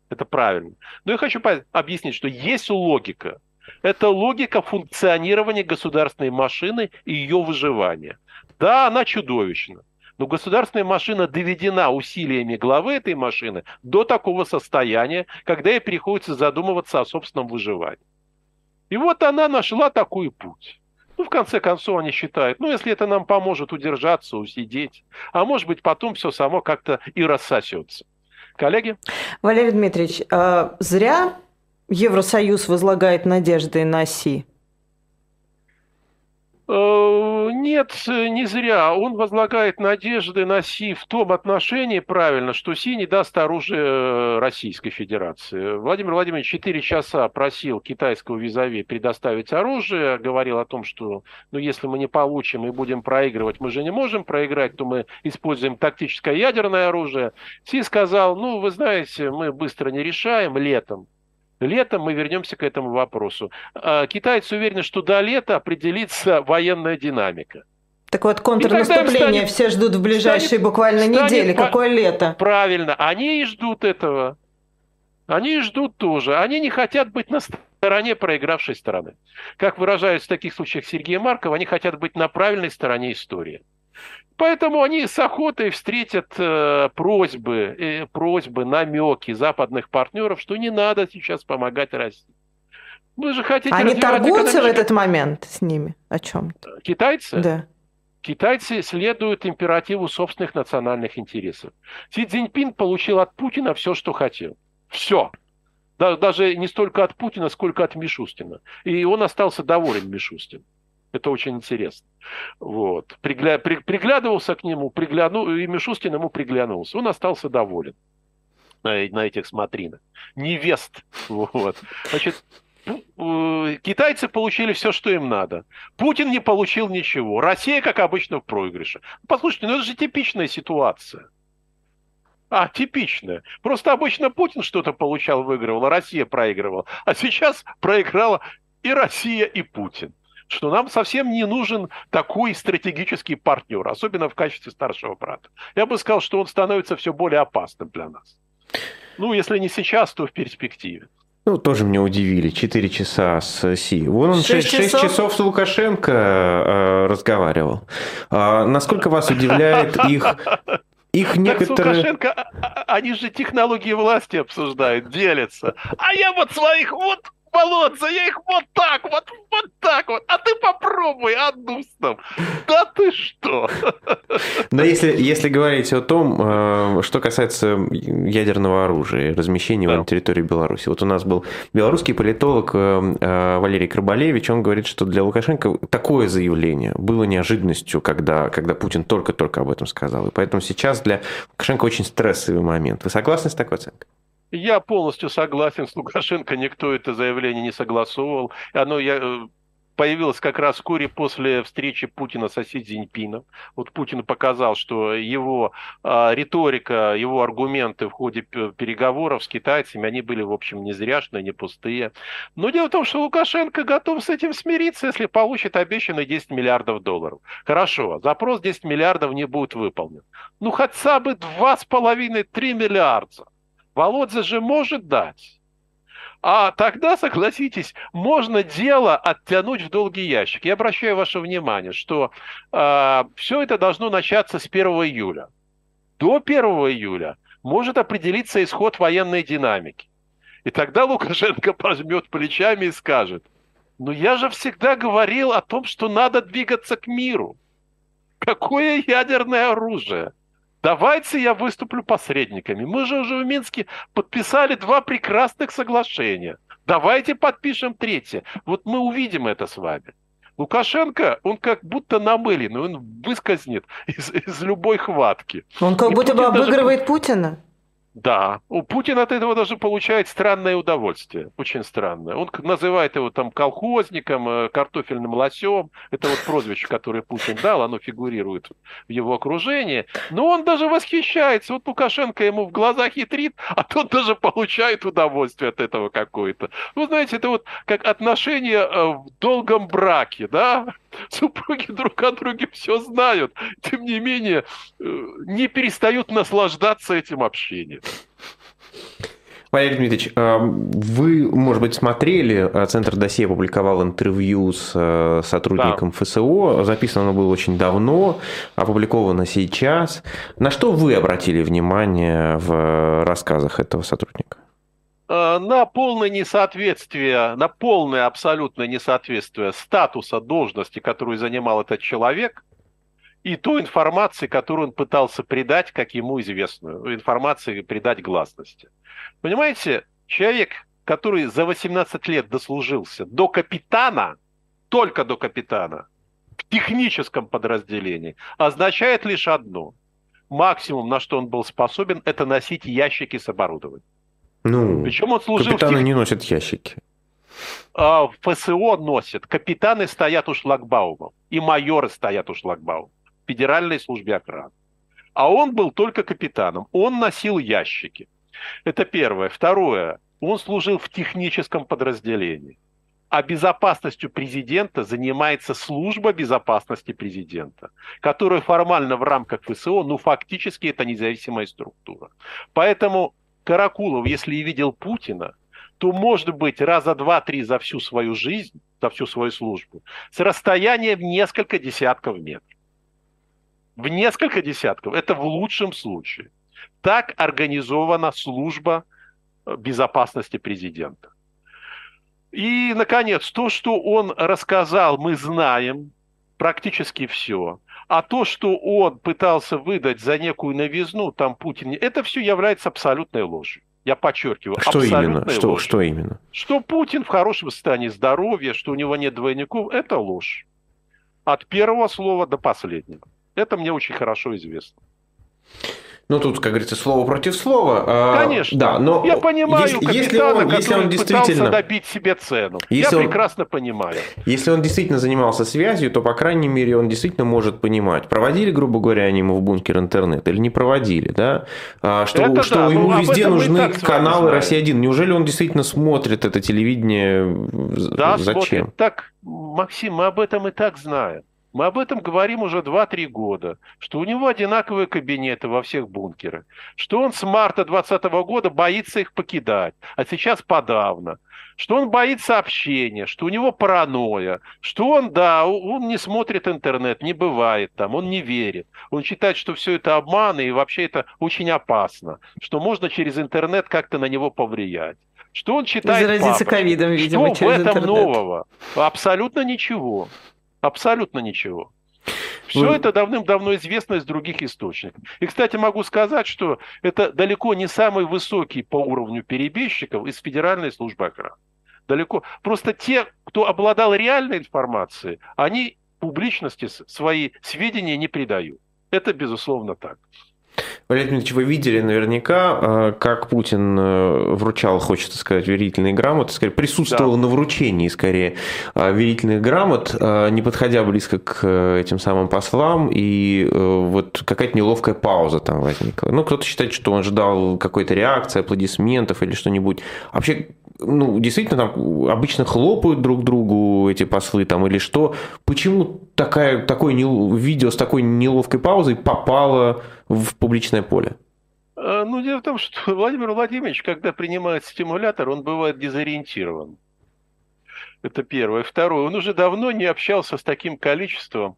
Speaker 6: Это правильно. Но я хочу объяснить, что есть логика. Это логика функционирования государственной машины и ее выживания. Да, она чудовищна. Но государственная машина доведена усилиями главы этой машины до такого состояния, когда ей приходится задумываться о собственном выживании. И вот она нашла такой путь. Ну, в конце концов, они считают, ну, если это нам поможет удержаться, усидеть, а может быть, потом все само как-то и рассосется. Коллеги?
Speaker 5: Валерий Дмитриевич, зря Евросоюз возлагает надежды на Си?
Speaker 6: Нет, не зря. Он возлагает надежды на Си в том отношении, правильно, что Си не даст оружие Российской Федерации. Владимир Владимирович 4 часа просил китайского визави предоставить оружие, говорил о том, что ну, если мы не получим и будем проигрывать, мы же не можем проиграть, то мы используем тактическое ядерное оружие. Си сказал, ну, вы знаете, мы быстро не решаем, Летом мы вернемся к этому вопросу. Китайцы уверены, что до лета определится военная динамика.
Speaker 5: Так вот, контрнаступление все ждут в ближайшие буквально недели. Какое лето?
Speaker 6: Правильно. Они и ждут этого. Они и ждут тоже. Они не хотят быть на стороне проигравшей стороны. Как выражается в таких случаях Сергей Марков, они хотят быть на правильной стороне истории. Поэтому они с охотой встретят просьбы, намеки западных партнеров, что не надо сейчас помогать России. Вы же хотите
Speaker 5: они торгуются в этот момент с ними? О чем-то?
Speaker 6: Китайцы?
Speaker 5: Да.
Speaker 6: Китайцы следуют императиву собственных национальных интересов. Си Цзиньпин получил от Путина все, что хотел. Все. Даже не столько от Путина, сколько от Мишустина. И он остался доволен Мишустиным. Это очень интересно. Вот. Приглядывался к нему, и Мишустин ему приглянулся. Он остался доволен на этих смотринах. Невест. Вот. Значит, китайцы получили все, что им надо. Путин не получил ничего. Россия, как обычно, в проигрыше. Послушайте, ну это же типичная ситуация. Типичная. Просто обычно Путин что-то получал, выигрывал, а Россия проигрывала. А сейчас проиграла и Россия, и Путин. Что нам совсем не нужен такой стратегический партнер, особенно в качестве старшего брата. Я бы сказал, что он становится все более опасным для нас. Ну, если не сейчас, то в перспективе.
Speaker 2: Ну, тоже меня удивили. 4 часа с Си. Вон он 6 часов с Лукашенко разговаривал. Насколько вас удивляет их некоторые...
Speaker 6: Лукашенко, они же технологии власти обсуждают, делятся. А я вот своих Володя, я их вот так вот, а ты попробуй одну там. Да ты что?
Speaker 2: Но если говорить о том, что касается ядерного оружия, размещения его на территории Беларуси. Вот у нас был белорусский политолог Валерий Крабалевич, он говорит, что для Лукашенко такое заявление было неожиданностью, когда Путин только-только об этом сказал. И поэтому сейчас для Лукашенко очень стрессовый момент. Вы согласны с такой оценкой?
Speaker 6: Я полностью согласен с Лукашенко, никто это заявление не согласовывал. Оно появилось как раз вскоре после встречи Путина с Си Цзиньпином. Вот Путин показал, что его риторика, его аргументы в ходе переговоров с китайцами, они были, в общем, не зряшные, не пустые. Но дело в том, что Лукашенко готов с этим смириться, если получит обещанные 10 миллиардов долларов. Хорошо, запрос 10 миллиардов не будет выполнен. Ну, хотя бы 2,5-3 миллиарда. Володя же может дать. А тогда, согласитесь, можно дело оттянуть в долгий ящик. Я обращаю ваше внимание, что все это должно начаться с 1 июля. До 1 июля может определиться исход военной динамики. И тогда Лукашенко пожмет плечами и скажет, ну я же всегда говорил о том, что надо двигаться к миру. Какое ядерное оружие? Давайте я выступлю посредниками. Мы же уже в Минске подписали 2 прекрасных соглашения. Давайте подпишем 3. Вот мы увидим это с вами. Лукашенко, он как будто намыленный, он выскользнет из любой хватки.
Speaker 5: Он как будто бы обыгрывает Путина.
Speaker 6: Да, Путин от этого даже получает странное удовольствие, очень странное. Он называет его там колхозником, картофельным лосем. Это вот прозвище, которое Путин дал, оно фигурирует в его окружении. Но он даже восхищается. Вот Лукашенко ему в глаза хитрит, а тот даже получает удовольствие от этого какое-то. Вы знаете, это вот как отношения в долгом браке, да? Супруги друг о друге все знают, тем не менее не перестают наслаждаться этим общением.
Speaker 2: Валерий Дмитриевич, вы, может быть, смотрели, Центр «Досье» опубликовал интервью с сотрудником ФСО, записано оно было очень давно, опубликовано сейчас. На что вы обратили внимание в рассказах этого сотрудника?
Speaker 6: На полное несоответствие, на полное абсолютное несоответствие статуса должности, которую занимал этот человек, и той информации, которую он пытался придать, как ему известную, информации придать гласности. Понимаете, человек, который за 18 лет дослужился до капитана, только до капитана, в техническом подразделении, означает лишь одно. Максимум, на что он был способен, это носить ящики с оборудованием. Причем он служил
Speaker 2: капитаны не носят ящики.
Speaker 6: В ФСО носят. Капитаны стоят у шлагбаумов. И майоры стоят у шлагбаумов. В Федеральной службе охраны. А он был только капитаном. Он носил ящики. Это первое. Второе. Он служил в техническом подразделении. А безопасностью президента занимается служба безопасности президента, которая формально в рамках ФСО, но фактически это независимая структура. Поэтому Каракулов, если и видел Путина, то, может быть, раза два-три за всю свою жизнь, за всю свою службу, с расстояния в несколько десятков метров. В несколько десятков. Это в лучшем случае. Так организована служба безопасности президента. И, наконец, то, что он рассказал, мы знаем практически все. А то, что он пытался выдать за некую новизну, там Путин, это все является абсолютной ложью. Я подчеркиваю,
Speaker 2: что
Speaker 6: абсолютной
Speaker 2: именно?
Speaker 6: ложью.
Speaker 2: Что именно?
Speaker 6: Что Путин в хорошем состоянии здоровья, что у него нет двойников, это ложь. От первого слова до последнего. Это мне очень хорошо известно.
Speaker 2: Ну, тут, как говорится, слово против слова.
Speaker 6: Конечно.
Speaker 2: Да, но
Speaker 6: я понимаю капитана, который пытался добить себе цену. Я прекрасно понимаю.
Speaker 2: Если он действительно занимался связью, то, по крайней мере, он действительно может понимать, проводили, грубо говоря, они ему в бункер интернет или не проводили, да? Что ему везде нужны каналы «Россия-1». Неужели он действительно смотрит это телевидение?
Speaker 6: Да,
Speaker 2: зачем?
Speaker 6: Смотрит. Так, Максим, мы об этом и так знаем. Мы об этом говорим уже 2-3 года, что у него одинаковые кабинеты во всех бункерах, что он с марта 2020 года боится их покидать, а сейчас подавно, что он боится общения, что у него паранойя, что он не смотрит интернет, не бывает там, он не верит, он считает, что все это обман и вообще это очень опасно, что можно через интернет как-то на него повлиять. Что он читает
Speaker 5: заразиться ковидом, видимо,
Speaker 6: что в этом нового? Абсолютно ничего. Абсолютно ничего. Все это давным-давно известно из других источников. И, кстати, могу сказать, что это далеко не самый высокий по уровню перебежчиков из Федеральной службы охраны. Далеко. Просто те, кто обладал реальной информацией, они публичности свои сведения не придают. Это, безусловно, так.
Speaker 2: Валерий Дмитриевич, вы видели наверняка, как Путин вручал, хочется сказать, верительные грамоты, скорее присутствовал на вручении, скорее, верительных грамот, не подходя близко к этим самым послам, и вот какая-то неловкая пауза там возникла. Ну, кто-то считает, что он ждал какой-то реакции, аплодисментов или что-нибудь. Вообще, действительно, там обычно хлопают друг другу эти послы там или что? Почему такое видео с такой неловкой паузой попало в публичное поле?
Speaker 6: Дело в том, что Владимир Владимирович, когда принимает стимулятор, он бывает дезориентирован. Это первое. Второе, он уже давно не общался с таким количеством,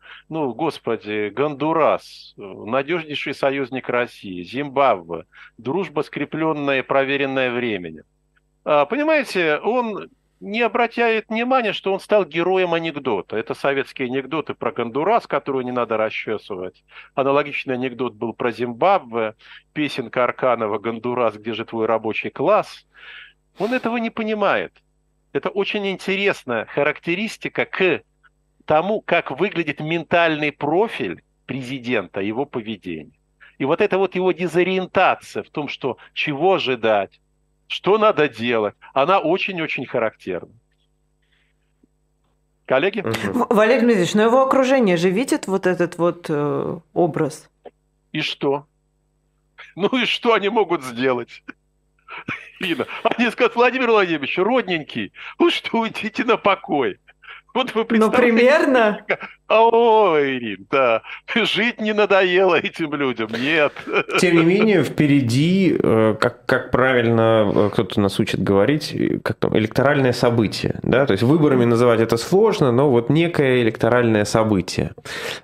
Speaker 6: Гондурас, надежнейший союзник России, Зимбабве, дружба, скрепленная и проверенная временем. Понимаете, он не обращает внимания, что он стал героем анекдота. Это советские анекдоты про Гондурас, которую не надо расчесывать. Аналогичный анекдот был про Зимбабве, песенка Арканова «Гондурас, где же твой рабочий класс?». Он этого не понимает. Это очень интересная характеристика к тому, как выглядит ментальный профиль президента, его поведение. И вот эта вот его дезориентация в том, что чего ожидать, что надо делать, она очень-очень характерна. Коллеги?
Speaker 5: Валерий Дмитриевич, но его окружение же видит вот этот вот образ.
Speaker 6: И что? И что они могут сделать? Они скажут: Владимир Владимирович, родненький, что уйдите на покой. Вот вы
Speaker 5: Ну,
Speaker 6: представляете?
Speaker 5: примерно.
Speaker 6: Ой, Ирин, да. Жить не надоело этим людям. Нет.
Speaker 2: Тем не менее, впереди, как правильно кто-то нас учит говорить, как там, электоральное событие. Да? То есть выборами называть это сложно, но вот некое электоральное событие.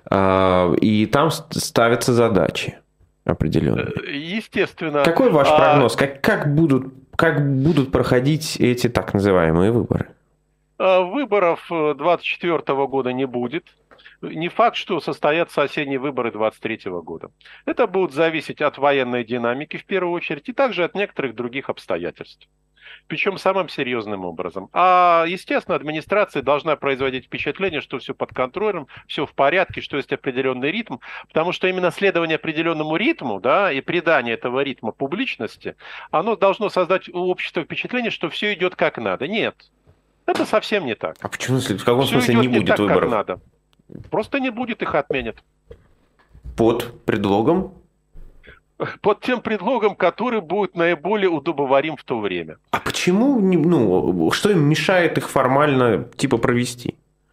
Speaker 2: И там ставятся задачи определенные.
Speaker 6: Естественно.
Speaker 2: Какой ваш прогноз? Как будут проходить эти так называемые выборы?
Speaker 6: Выборов 2024 года не будет. Не факт, что состоятся осенние выборы 2023 года. Это будет зависеть от военной динамики в первую очередь и также от некоторых других обстоятельств. Причем самым серьезным образом. Естественно, администрация должна производить впечатление, что все под контролем, все в порядке, что есть определенный ритм, потому что именно следование определенному ритму, да, и придание этого ритма публичности, оно должно создать у общества впечатление, что все идет как надо. Нет. Это совсем не так.
Speaker 2: А почему, в каком
Speaker 6: Все
Speaker 2: смысле
Speaker 6: идет
Speaker 2: не будет
Speaker 6: так,
Speaker 2: выборов?
Speaker 6: как надо. Просто не будет, их отменят.
Speaker 2: Под предлогом?
Speaker 6: Под тем предлогом, который будет наиболее удобоварим в то время.
Speaker 2: А почему, что им мешает их формально типа провести?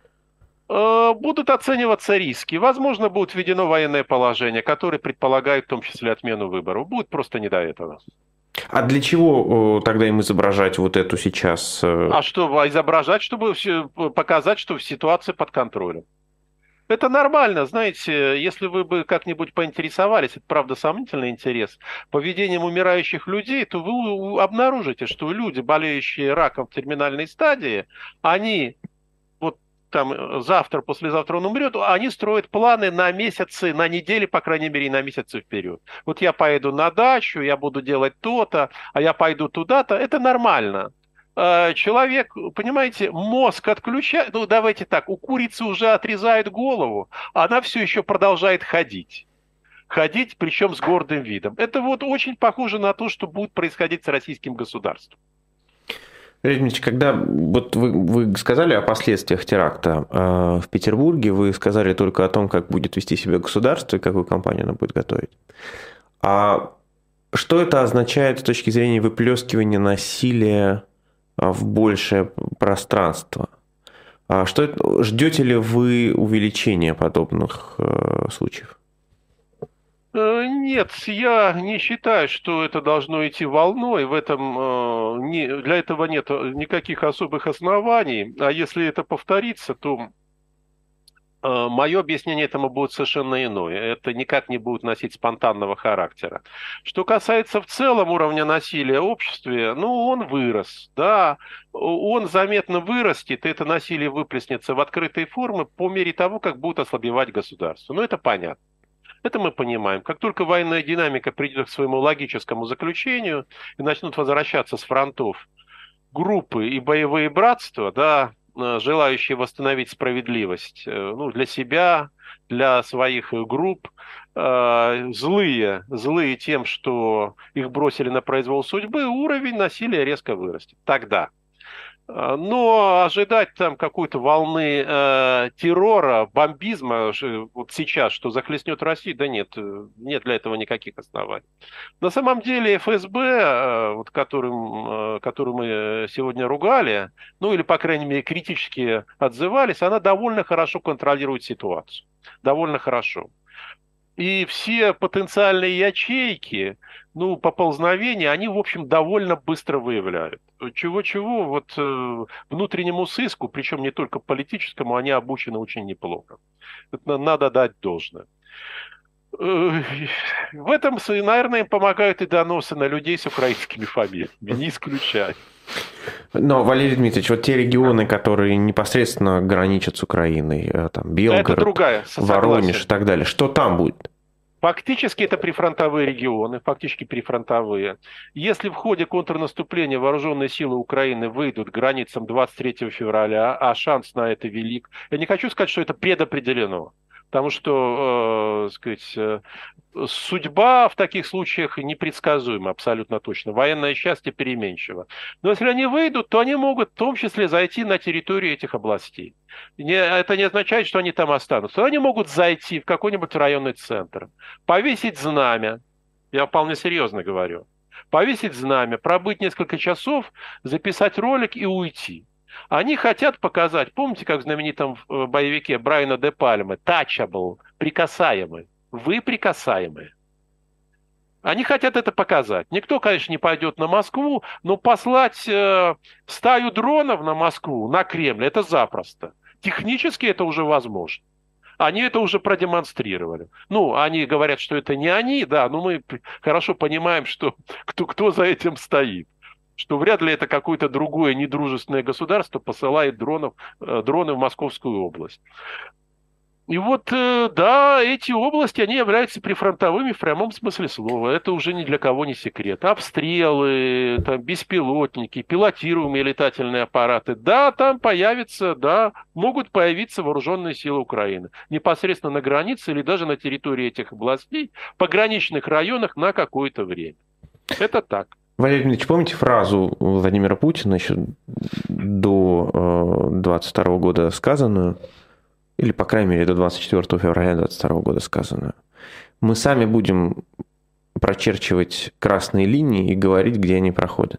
Speaker 6: Будут оцениваться риски. Возможно, будет введено военное положение, которое предполагает в том числе отмену выборов. Будет просто не до этого.
Speaker 2: А для чего тогда им изображать вот эту сейчас...
Speaker 6: А что изображать, чтобы показать, что ситуация под контролем? Это нормально, знаете, если вы бы как-нибудь поинтересовались, это правда сомнительный интерес, поведением умирающих людей, то вы обнаружите, что люди, болеющие раком в терминальной стадии, они вот там завтра, послезавтра он умрет, они строят планы на месяцы, на недели, по крайней мере, и на месяцы вперед. Вот я поеду на дачу, я буду делать то-то, а я пойду туда-то. Это нормально. Человек, понимаете, мозг отключает, ну давайте так, у курицы уже отрезают голову, а она все еще продолжает ходить. Ходить, причем с гордым видом. Это вот очень похоже на то, что будет происходить с российским государством.
Speaker 2: Леонид Ильич, когда вот вы сказали о последствиях теракта в Петербурге, вы сказали только о том, как будет вести себя государство и какую кампанию оно будет готовить. А что это означает с точки зрения выплескивания насилия в большее пространство? Ждете ли вы увеличения подобных случаев?
Speaker 6: Нет, я не считаю, что это должно идти волной. Для этого нет никаких особых оснований. А если это повторится, то мое объяснение этому будет совершенно иное. Это никак не будет носить спонтанного характера. Что касается в целом уровня насилия в обществе, он вырос, да, он заметно вырастет, и это насилие выплеснется в открытые формы по мере того, как будет ослабевать государство. Это понятно. Это мы понимаем. Как только военная динамика придет к своему логическому заключению и начнут возвращаться с фронтов группы и боевые братства, да, желающие восстановить справедливость, для себя, для своих групп, злые тем, что их бросили на произвол судьбы, уровень насилия резко вырастет. Тогда. Но ожидать там какой-то волны террора, бомбизма вот сейчас, что захлестнет Россию, да нет для этого никаких оснований. На самом деле ФСБ, которую мы сегодня ругали, или, по крайней мере, критически отзывались, она довольно хорошо контролирует ситуацию. Довольно хорошо. И все потенциальные ячейки, поползновения, они, в общем, довольно быстро выявляют. Чего-чего, внутреннему сыску, причем не только политическому, они обучены очень неплохо. Это надо дать должное. В этом, наверное, им помогают и доносы на людей с украинскими фамилиями, не исключаю.
Speaker 2: Но, Валерий Дмитриевич, вот те регионы, которые непосредственно граничат с Украиной, там Белгород, Воронеж и так далее, что там будет?
Speaker 6: Фактически это прифронтовые регионы, фактически прифронтовые. Если в ходе контрнаступления вооруженные силы Украины выйдут к границам 23 февраля, а шанс на это велик, я не хочу сказать, что это предопределено. Потому что, судьба в таких случаях непредсказуема абсолютно точно. Военное счастье переменчиво. Но если они выйдут, то они могут в том числе зайти на территорию этих областей. Это не означает, что они там останутся. Но они могут зайти в какой-нибудь районный центр, повесить знамя. Я вполне серьезно говорю. Повесить знамя, пробыть несколько часов, записать ролик и уйти. Они хотят показать, помните, как в знаменитом боевике Брайана де Пальмы, touchable, прикасаемый, вы прикасаемые. Они хотят это показать. Никто, конечно, не пойдет на Москву, но послать стаю дронов на Москву, на Кремль, это запросто. Технически это уже возможно. Они это уже продемонстрировали. Ну, они говорят, что это не они, да, но мы хорошо понимаем, что кто за этим стоит. Что вряд ли это какое-то другое недружественное государство посылает дроны в Московскую область. И вот, да, эти области, они являются прифронтовыми в прямом смысле слова. Это уже ни для кого не секрет. Обстрелы, там, беспилотники, пилотируемые летательные аппараты. Да, там появятся, да, могут появиться вооруженные силы Украины. Непосредственно на границе или даже на территории этих областей, в пограничных районах на какое-то время. Это так.
Speaker 2: Валерий Дмитриевич, помните фразу Владимира Путина еще до 22 года сказанную? Или, по крайней мере, до 24 февраля 2022 года сказано. Мы сами будем прочерчивать красные линии и говорить, где они проходят.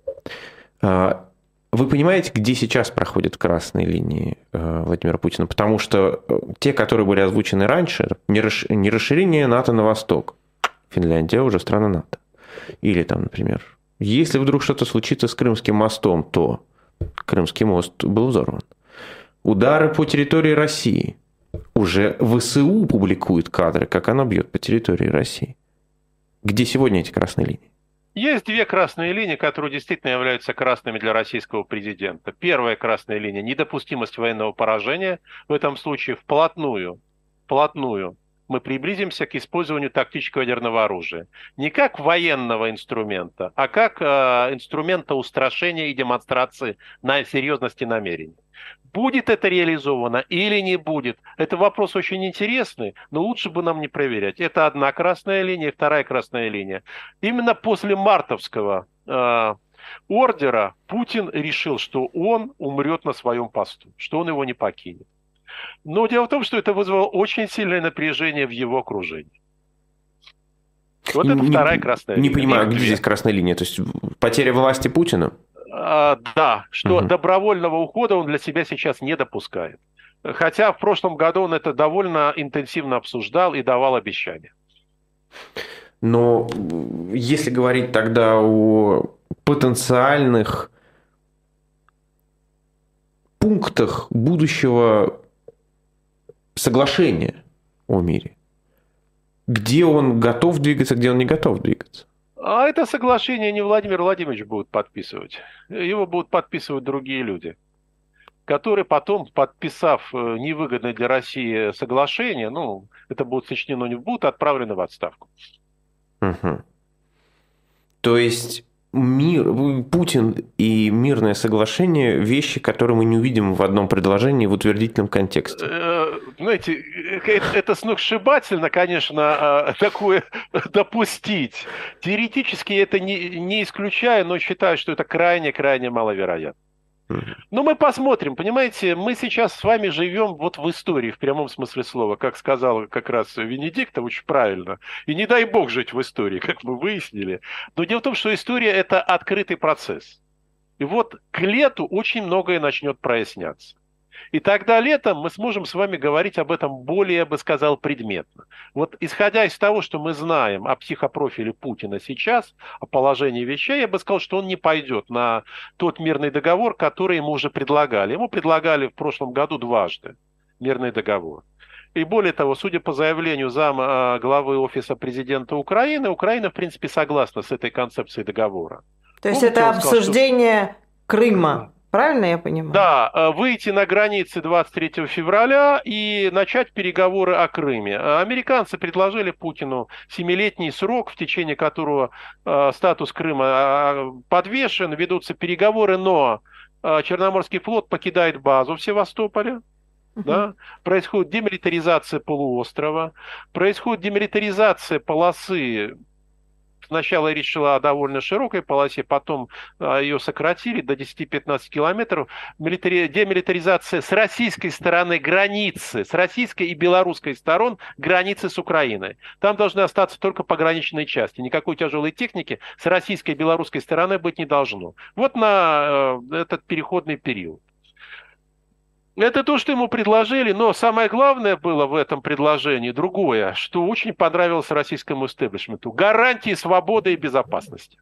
Speaker 2: Вы понимаете, где сейчас проходят красные линии Владимира Путина? Потому что те, которые были озвучены раньше, не расширение НАТО на восток. Финляндия уже страна НАТО. Или там, например, если вдруг что-то случится с Крымским мостом, то Крымский мост был взорван. Удары по территории России. Уже ВСУ публикует кадры, как она бьет по территории России. Где сегодня эти красные линии?
Speaker 6: Есть две красные линии, которые действительно являются красными для российского президента. Первая красная линия – недопустимость военного поражения. В этом случае вплотную мы приблизимся к использованию тактического ядерного оружия. Не как военного инструмента, а как инструмента устрашения и демонстрации серьезности намерений. Будет это реализовано или не будет, это вопрос очень интересный, но лучше бы нам не проверять. Это одна красная линия, вторая красная линия. Именно после мартовского ордера Путин решил, что он умрет на своем посту, что он его не покинет. Но дело в том, что это вызвало очень сильное напряжение в его окружении. Вот это вторая красная линия.
Speaker 2: Не понимаю, где здесь красная линия? То есть потеря власти Путина?
Speaker 6: Да, что добровольного ухода он для себя сейчас не допускает. Хотя в прошлом году он это довольно интенсивно обсуждал и давал обещания.
Speaker 2: Но если говорить тогда о потенциальных пунктах будущего соглашения о мире, где он готов двигаться, где он не готов двигаться?
Speaker 6: А это соглашение не Владимир Владимирович будет подписывать. Его будут подписывать другие люди, которые потом, подписав невыгодное для России соглашение, ну, это будет сочтено, не будут отправлены в отставку.
Speaker 2: Угу. То есть Путин и мирное соглашение – вещи, которые мы не увидим в одном предложении в утвердительном контексте.
Speaker 6: Знаете, это сногсшибательно, конечно, такое допустить. Теоретически это не исключаю, но считаю, что это крайне-крайне маловероятно. Но мы посмотрим, понимаете, мы сейчас с вами живем вот в истории, в прямом смысле слова, как сказал как раз Венедиктов, очень правильно. И не дай бог жить в истории, как мы выяснили. Но дело в том, что история – это открытый процесс. И вот к лету очень многое начнет проясняться. И тогда летом мы сможем с вами говорить об этом более, я бы сказал, предметно. Вот исходя из того, что мы знаем о психопрофиле Путина сейчас, о положении вещей, я бы сказал, что он не пойдет на тот мирный договор, который ему уже предлагали. Ему предлагали в прошлом году дважды мирный договор. И более того, судя по заявлению зама главы Офиса президента Украины, Украина, в принципе, согласна с этой концепцией договора.
Speaker 5: То есть это обсуждение Крыма. Правильно я понимаю?
Speaker 6: Да, выйти на границы 23 февраля и начать переговоры о Крыме. Американцы предложили Путину 7-летний срок, в течение которого статус Крыма подвешен, ведутся переговоры, но Черноморский флот покидает базу в Севастополе. Да? Происходит демилитаризация полуострова, происходит демилитаризация полосы сначала речь шла о довольно широкой полосе, потом ее сократили до 10-15 километров. Демилитаризация с российской стороны границы, с российской и белорусской сторон границы с Украиной. Там должны остаться только пограничные части. Никакой тяжелой техники с российской и белорусской стороны быть не должно. Вот на этот переходный период. Это то, что ему предложили, но самое главное было в этом предложении другое, что очень понравилось российскому истеблишменту. Гарантии свободы и безопасности.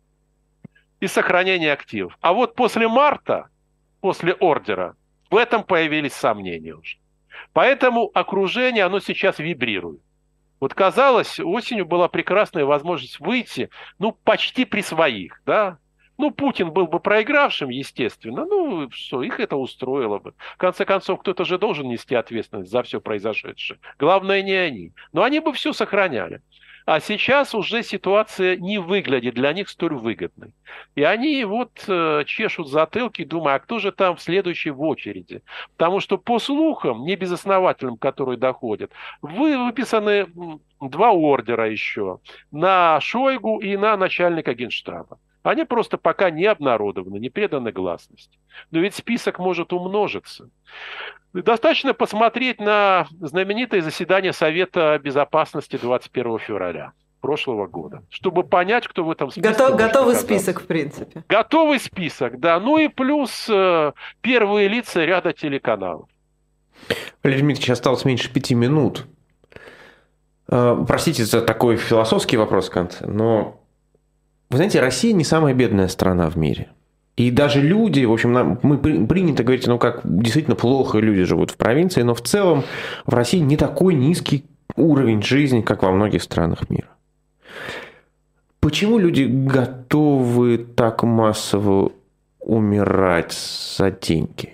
Speaker 6: И сохранения активов. А вот после марта, после ордера, в этом появились сомнения уже. Поэтому окружение, оно сейчас вибрирует. Вот казалось, осенью была прекрасная возможность выйти, почти при своих, да. Путин был бы проигравшим, естественно. Что, их это устроило бы. В конце концов, кто-то же должен нести ответственность за все произошедшее. Главное, не они. Но они бы все сохраняли. А сейчас уже ситуация не выглядит для них столь выгодной. И они чешут затылки, думая, а кто же там в следующей в очереди? Потому что по слухам, небезосновательным, которые доходят, выписаны 2 ордера еще на Шойгу и на начальника Генштаба. Они просто пока не обнародованы, не преданы гласности. Но ведь список может умножиться. Достаточно посмотреть на знаменитое заседание Совета Безопасности 21 февраля прошлого года, чтобы понять, кто в этом списке.
Speaker 5: Готовый список, в принципе.
Speaker 6: Готовый список, да. И плюс первые лица ряда телеканалов.
Speaker 2: Валерий Дмитриевич, осталось меньше 5 минут. Простите за такой философский вопрос в конце, но... Вы знаете, Россия не самая бедная страна в мире. И даже люди, в общем, мы принято говорить, как действительно плохо люди живут в провинции, но в целом в России не такой низкий уровень жизни, как во многих странах мира. Почему люди готовы так массово умирать за деньги?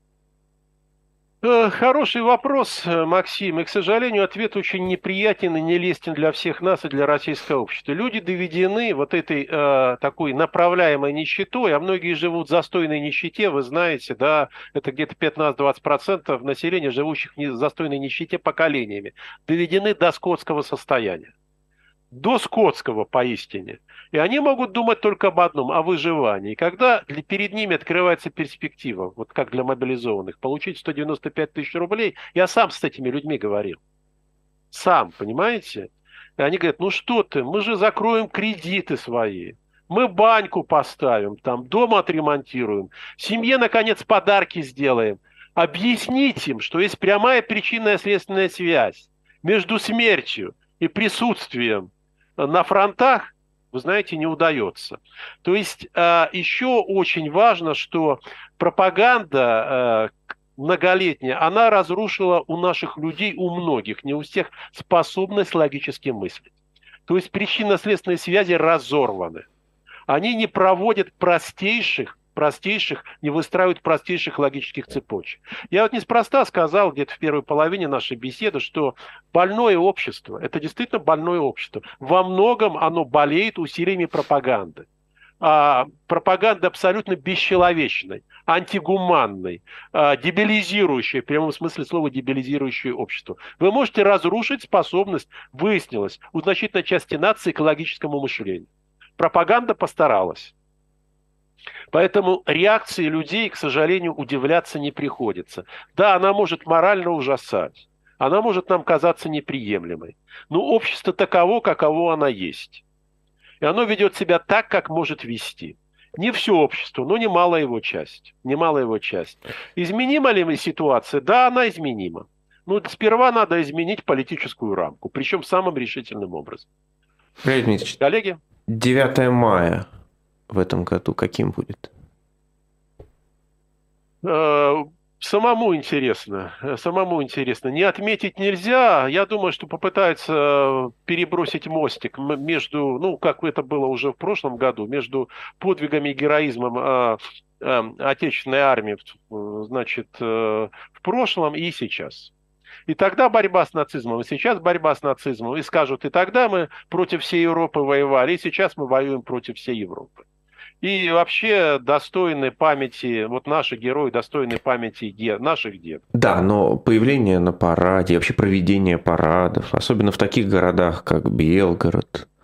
Speaker 6: Хороший вопрос, Максим. И, к сожалению, ответ очень неприятен и нелестен для всех нас и для российского общества. Люди доведены этой такой направляемой нищетой, а многие живут в застойной нищете, вы знаете, да, это где-то 15-20% населения, живущих в застойной нищете поколениями, доведены до скотского состояния. До скотского поистине. И они могут думать только об одном, о выживании. И когда перед ними открывается перспектива, вот как для мобилизованных, получить 195 тысяч рублей, я сам с этими людьми говорил. Сам, понимаете? И они говорят, что ты, мы же закроем кредиты свои. Мы баньку поставим, там дом отремонтируем, семье, наконец, подарки сделаем. Объяснить им, что есть прямая причинная следственная связь между смертью и присутствием на фронтах, вы знаете, не удается. То есть еще очень важно, что пропаганда многолетняя, она разрушила у наших людей, у многих, не у всех, способность логически мыслить. То есть причинно-следственные связи разорваны. Они не проводят простейших, не выстраивают простейших логических цепочек. Я неспроста сказал где-то в первой половине нашей беседы, что больное общество, это действительно больное общество. Во многом оно болеет усилиями пропаганды. Пропаганда абсолютно бесчеловечной, антигуманной, дебилизирующей, в прямом смысле слова дебилизирующее общество. Вы можете разрушить способность, выяснилось, у значительной части нации к логическому мышлению. Пропаганда постаралась. Поэтому реакции людей, к сожалению, удивляться не приходится. Да, она может морально ужасать, она может нам казаться неприемлемой, но общество таково, каково оно есть. И оно ведет себя так, как может вести. Не все общество, но немалая его часть. Изменима ли ситуация? Да, она изменима. Но сперва надо изменить политическую рамку, причем самым решительным образом.
Speaker 2: Валерий Дмитриевич,
Speaker 6: коллеги?
Speaker 2: 9 мая в этом году каким будет?
Speaker 6: Самому интересно. Не отметить нельзя. Я думаю, что попытаются перебросить мостик между, как это было уже в прошлом году, между подвигами и героизмом Отечественной армии, в прошлом и сейчас. И тогда борьба с нацизмом, и сейчас борьба с нацизмом. И скажут, и тогда мы против всей Европы воевали, и сейчас мы воюем против всей Европы. И вообще достойны памяти, наши герои достойны памяти наших дедов.
Speaker 2: Да, но появление на параде, вообще проведение парадов, особенно в таких городах, как Белгород,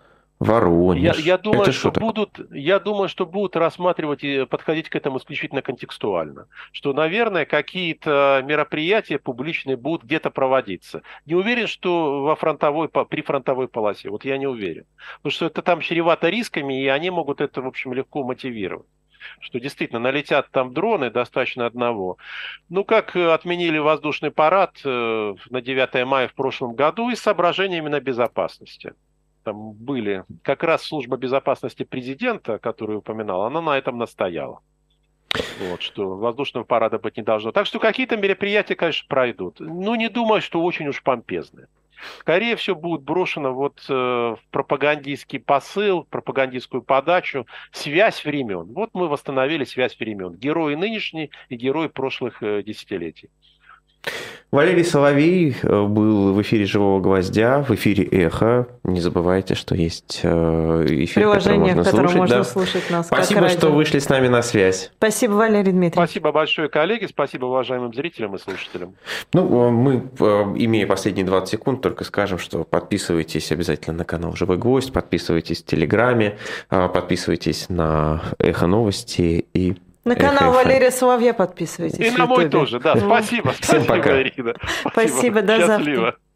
Speaker 2: Воронеж.
Speaker 6: Я думаю,
Speaker 2: Это
Speaker 6: что
Speaker 2: такое?
Speaker 6: будут рассматривать и подходить к этому исключительно контекстуально. Что, наверное, какие-то мероприятия публичные будут где-то проводиться. Не уверен, что при фронтовой полосе. Вот я не уверен. Потому что это там чревато рисками, и они могут это, в общем, легко мотивировать. Что действительно налетят там дроны, достаточно одного. Ну, как отменили воздушный парад на 9 мая в прошлом году из соображений именно безопасности. Там были как раз служба безопасности президента, которую упоминал, она на этом настояла. Вот, что воздушного парада быть не должно. Так что какие-то мероприятия, конечно, пройдут. Ну, не думаю, что очень уж помпезные. Скорее всего, будет брошено в пропагандистский посыл, пропагандистскую подачу, связь времен. Вот мы восстановили связь времен. Герои нынешние и герои прошлых десятилетий.
Speaker 2: Валерий Соловей был в эфире «Живого гвоздя», в эфире «Эхо». Не забывайте, что есть эфир,
Speaker 5: приложение, в котором можно
Speaker 2: да.
Speaker 5: слушать нас.
Speaker 2: Спасибо, что вышли с нами на связь.
Speaker 5: Спасибо, Валерий Дмитриевич.
Speaker 6: Спасибо большое, коллеги. Спасибо уважаемым зрителям и слушателям.
Speaker 2: Ну, мы, имея последние 20 секунд, только скажем, что подписывайтесь обязательно на канал «Живой гвоздь», подписывайтесь в Телеграме, подписывайтесь на «Эхо Новости» и
Speaker 5: на канал Валерия Соловья подписывайтесь.
Speaker 6: И на мой тоже, да. Спасибо.
Speaker 2: Всем пока.
Speaker 6: Ирина.
Speaker 5: Спасибо, до завтра.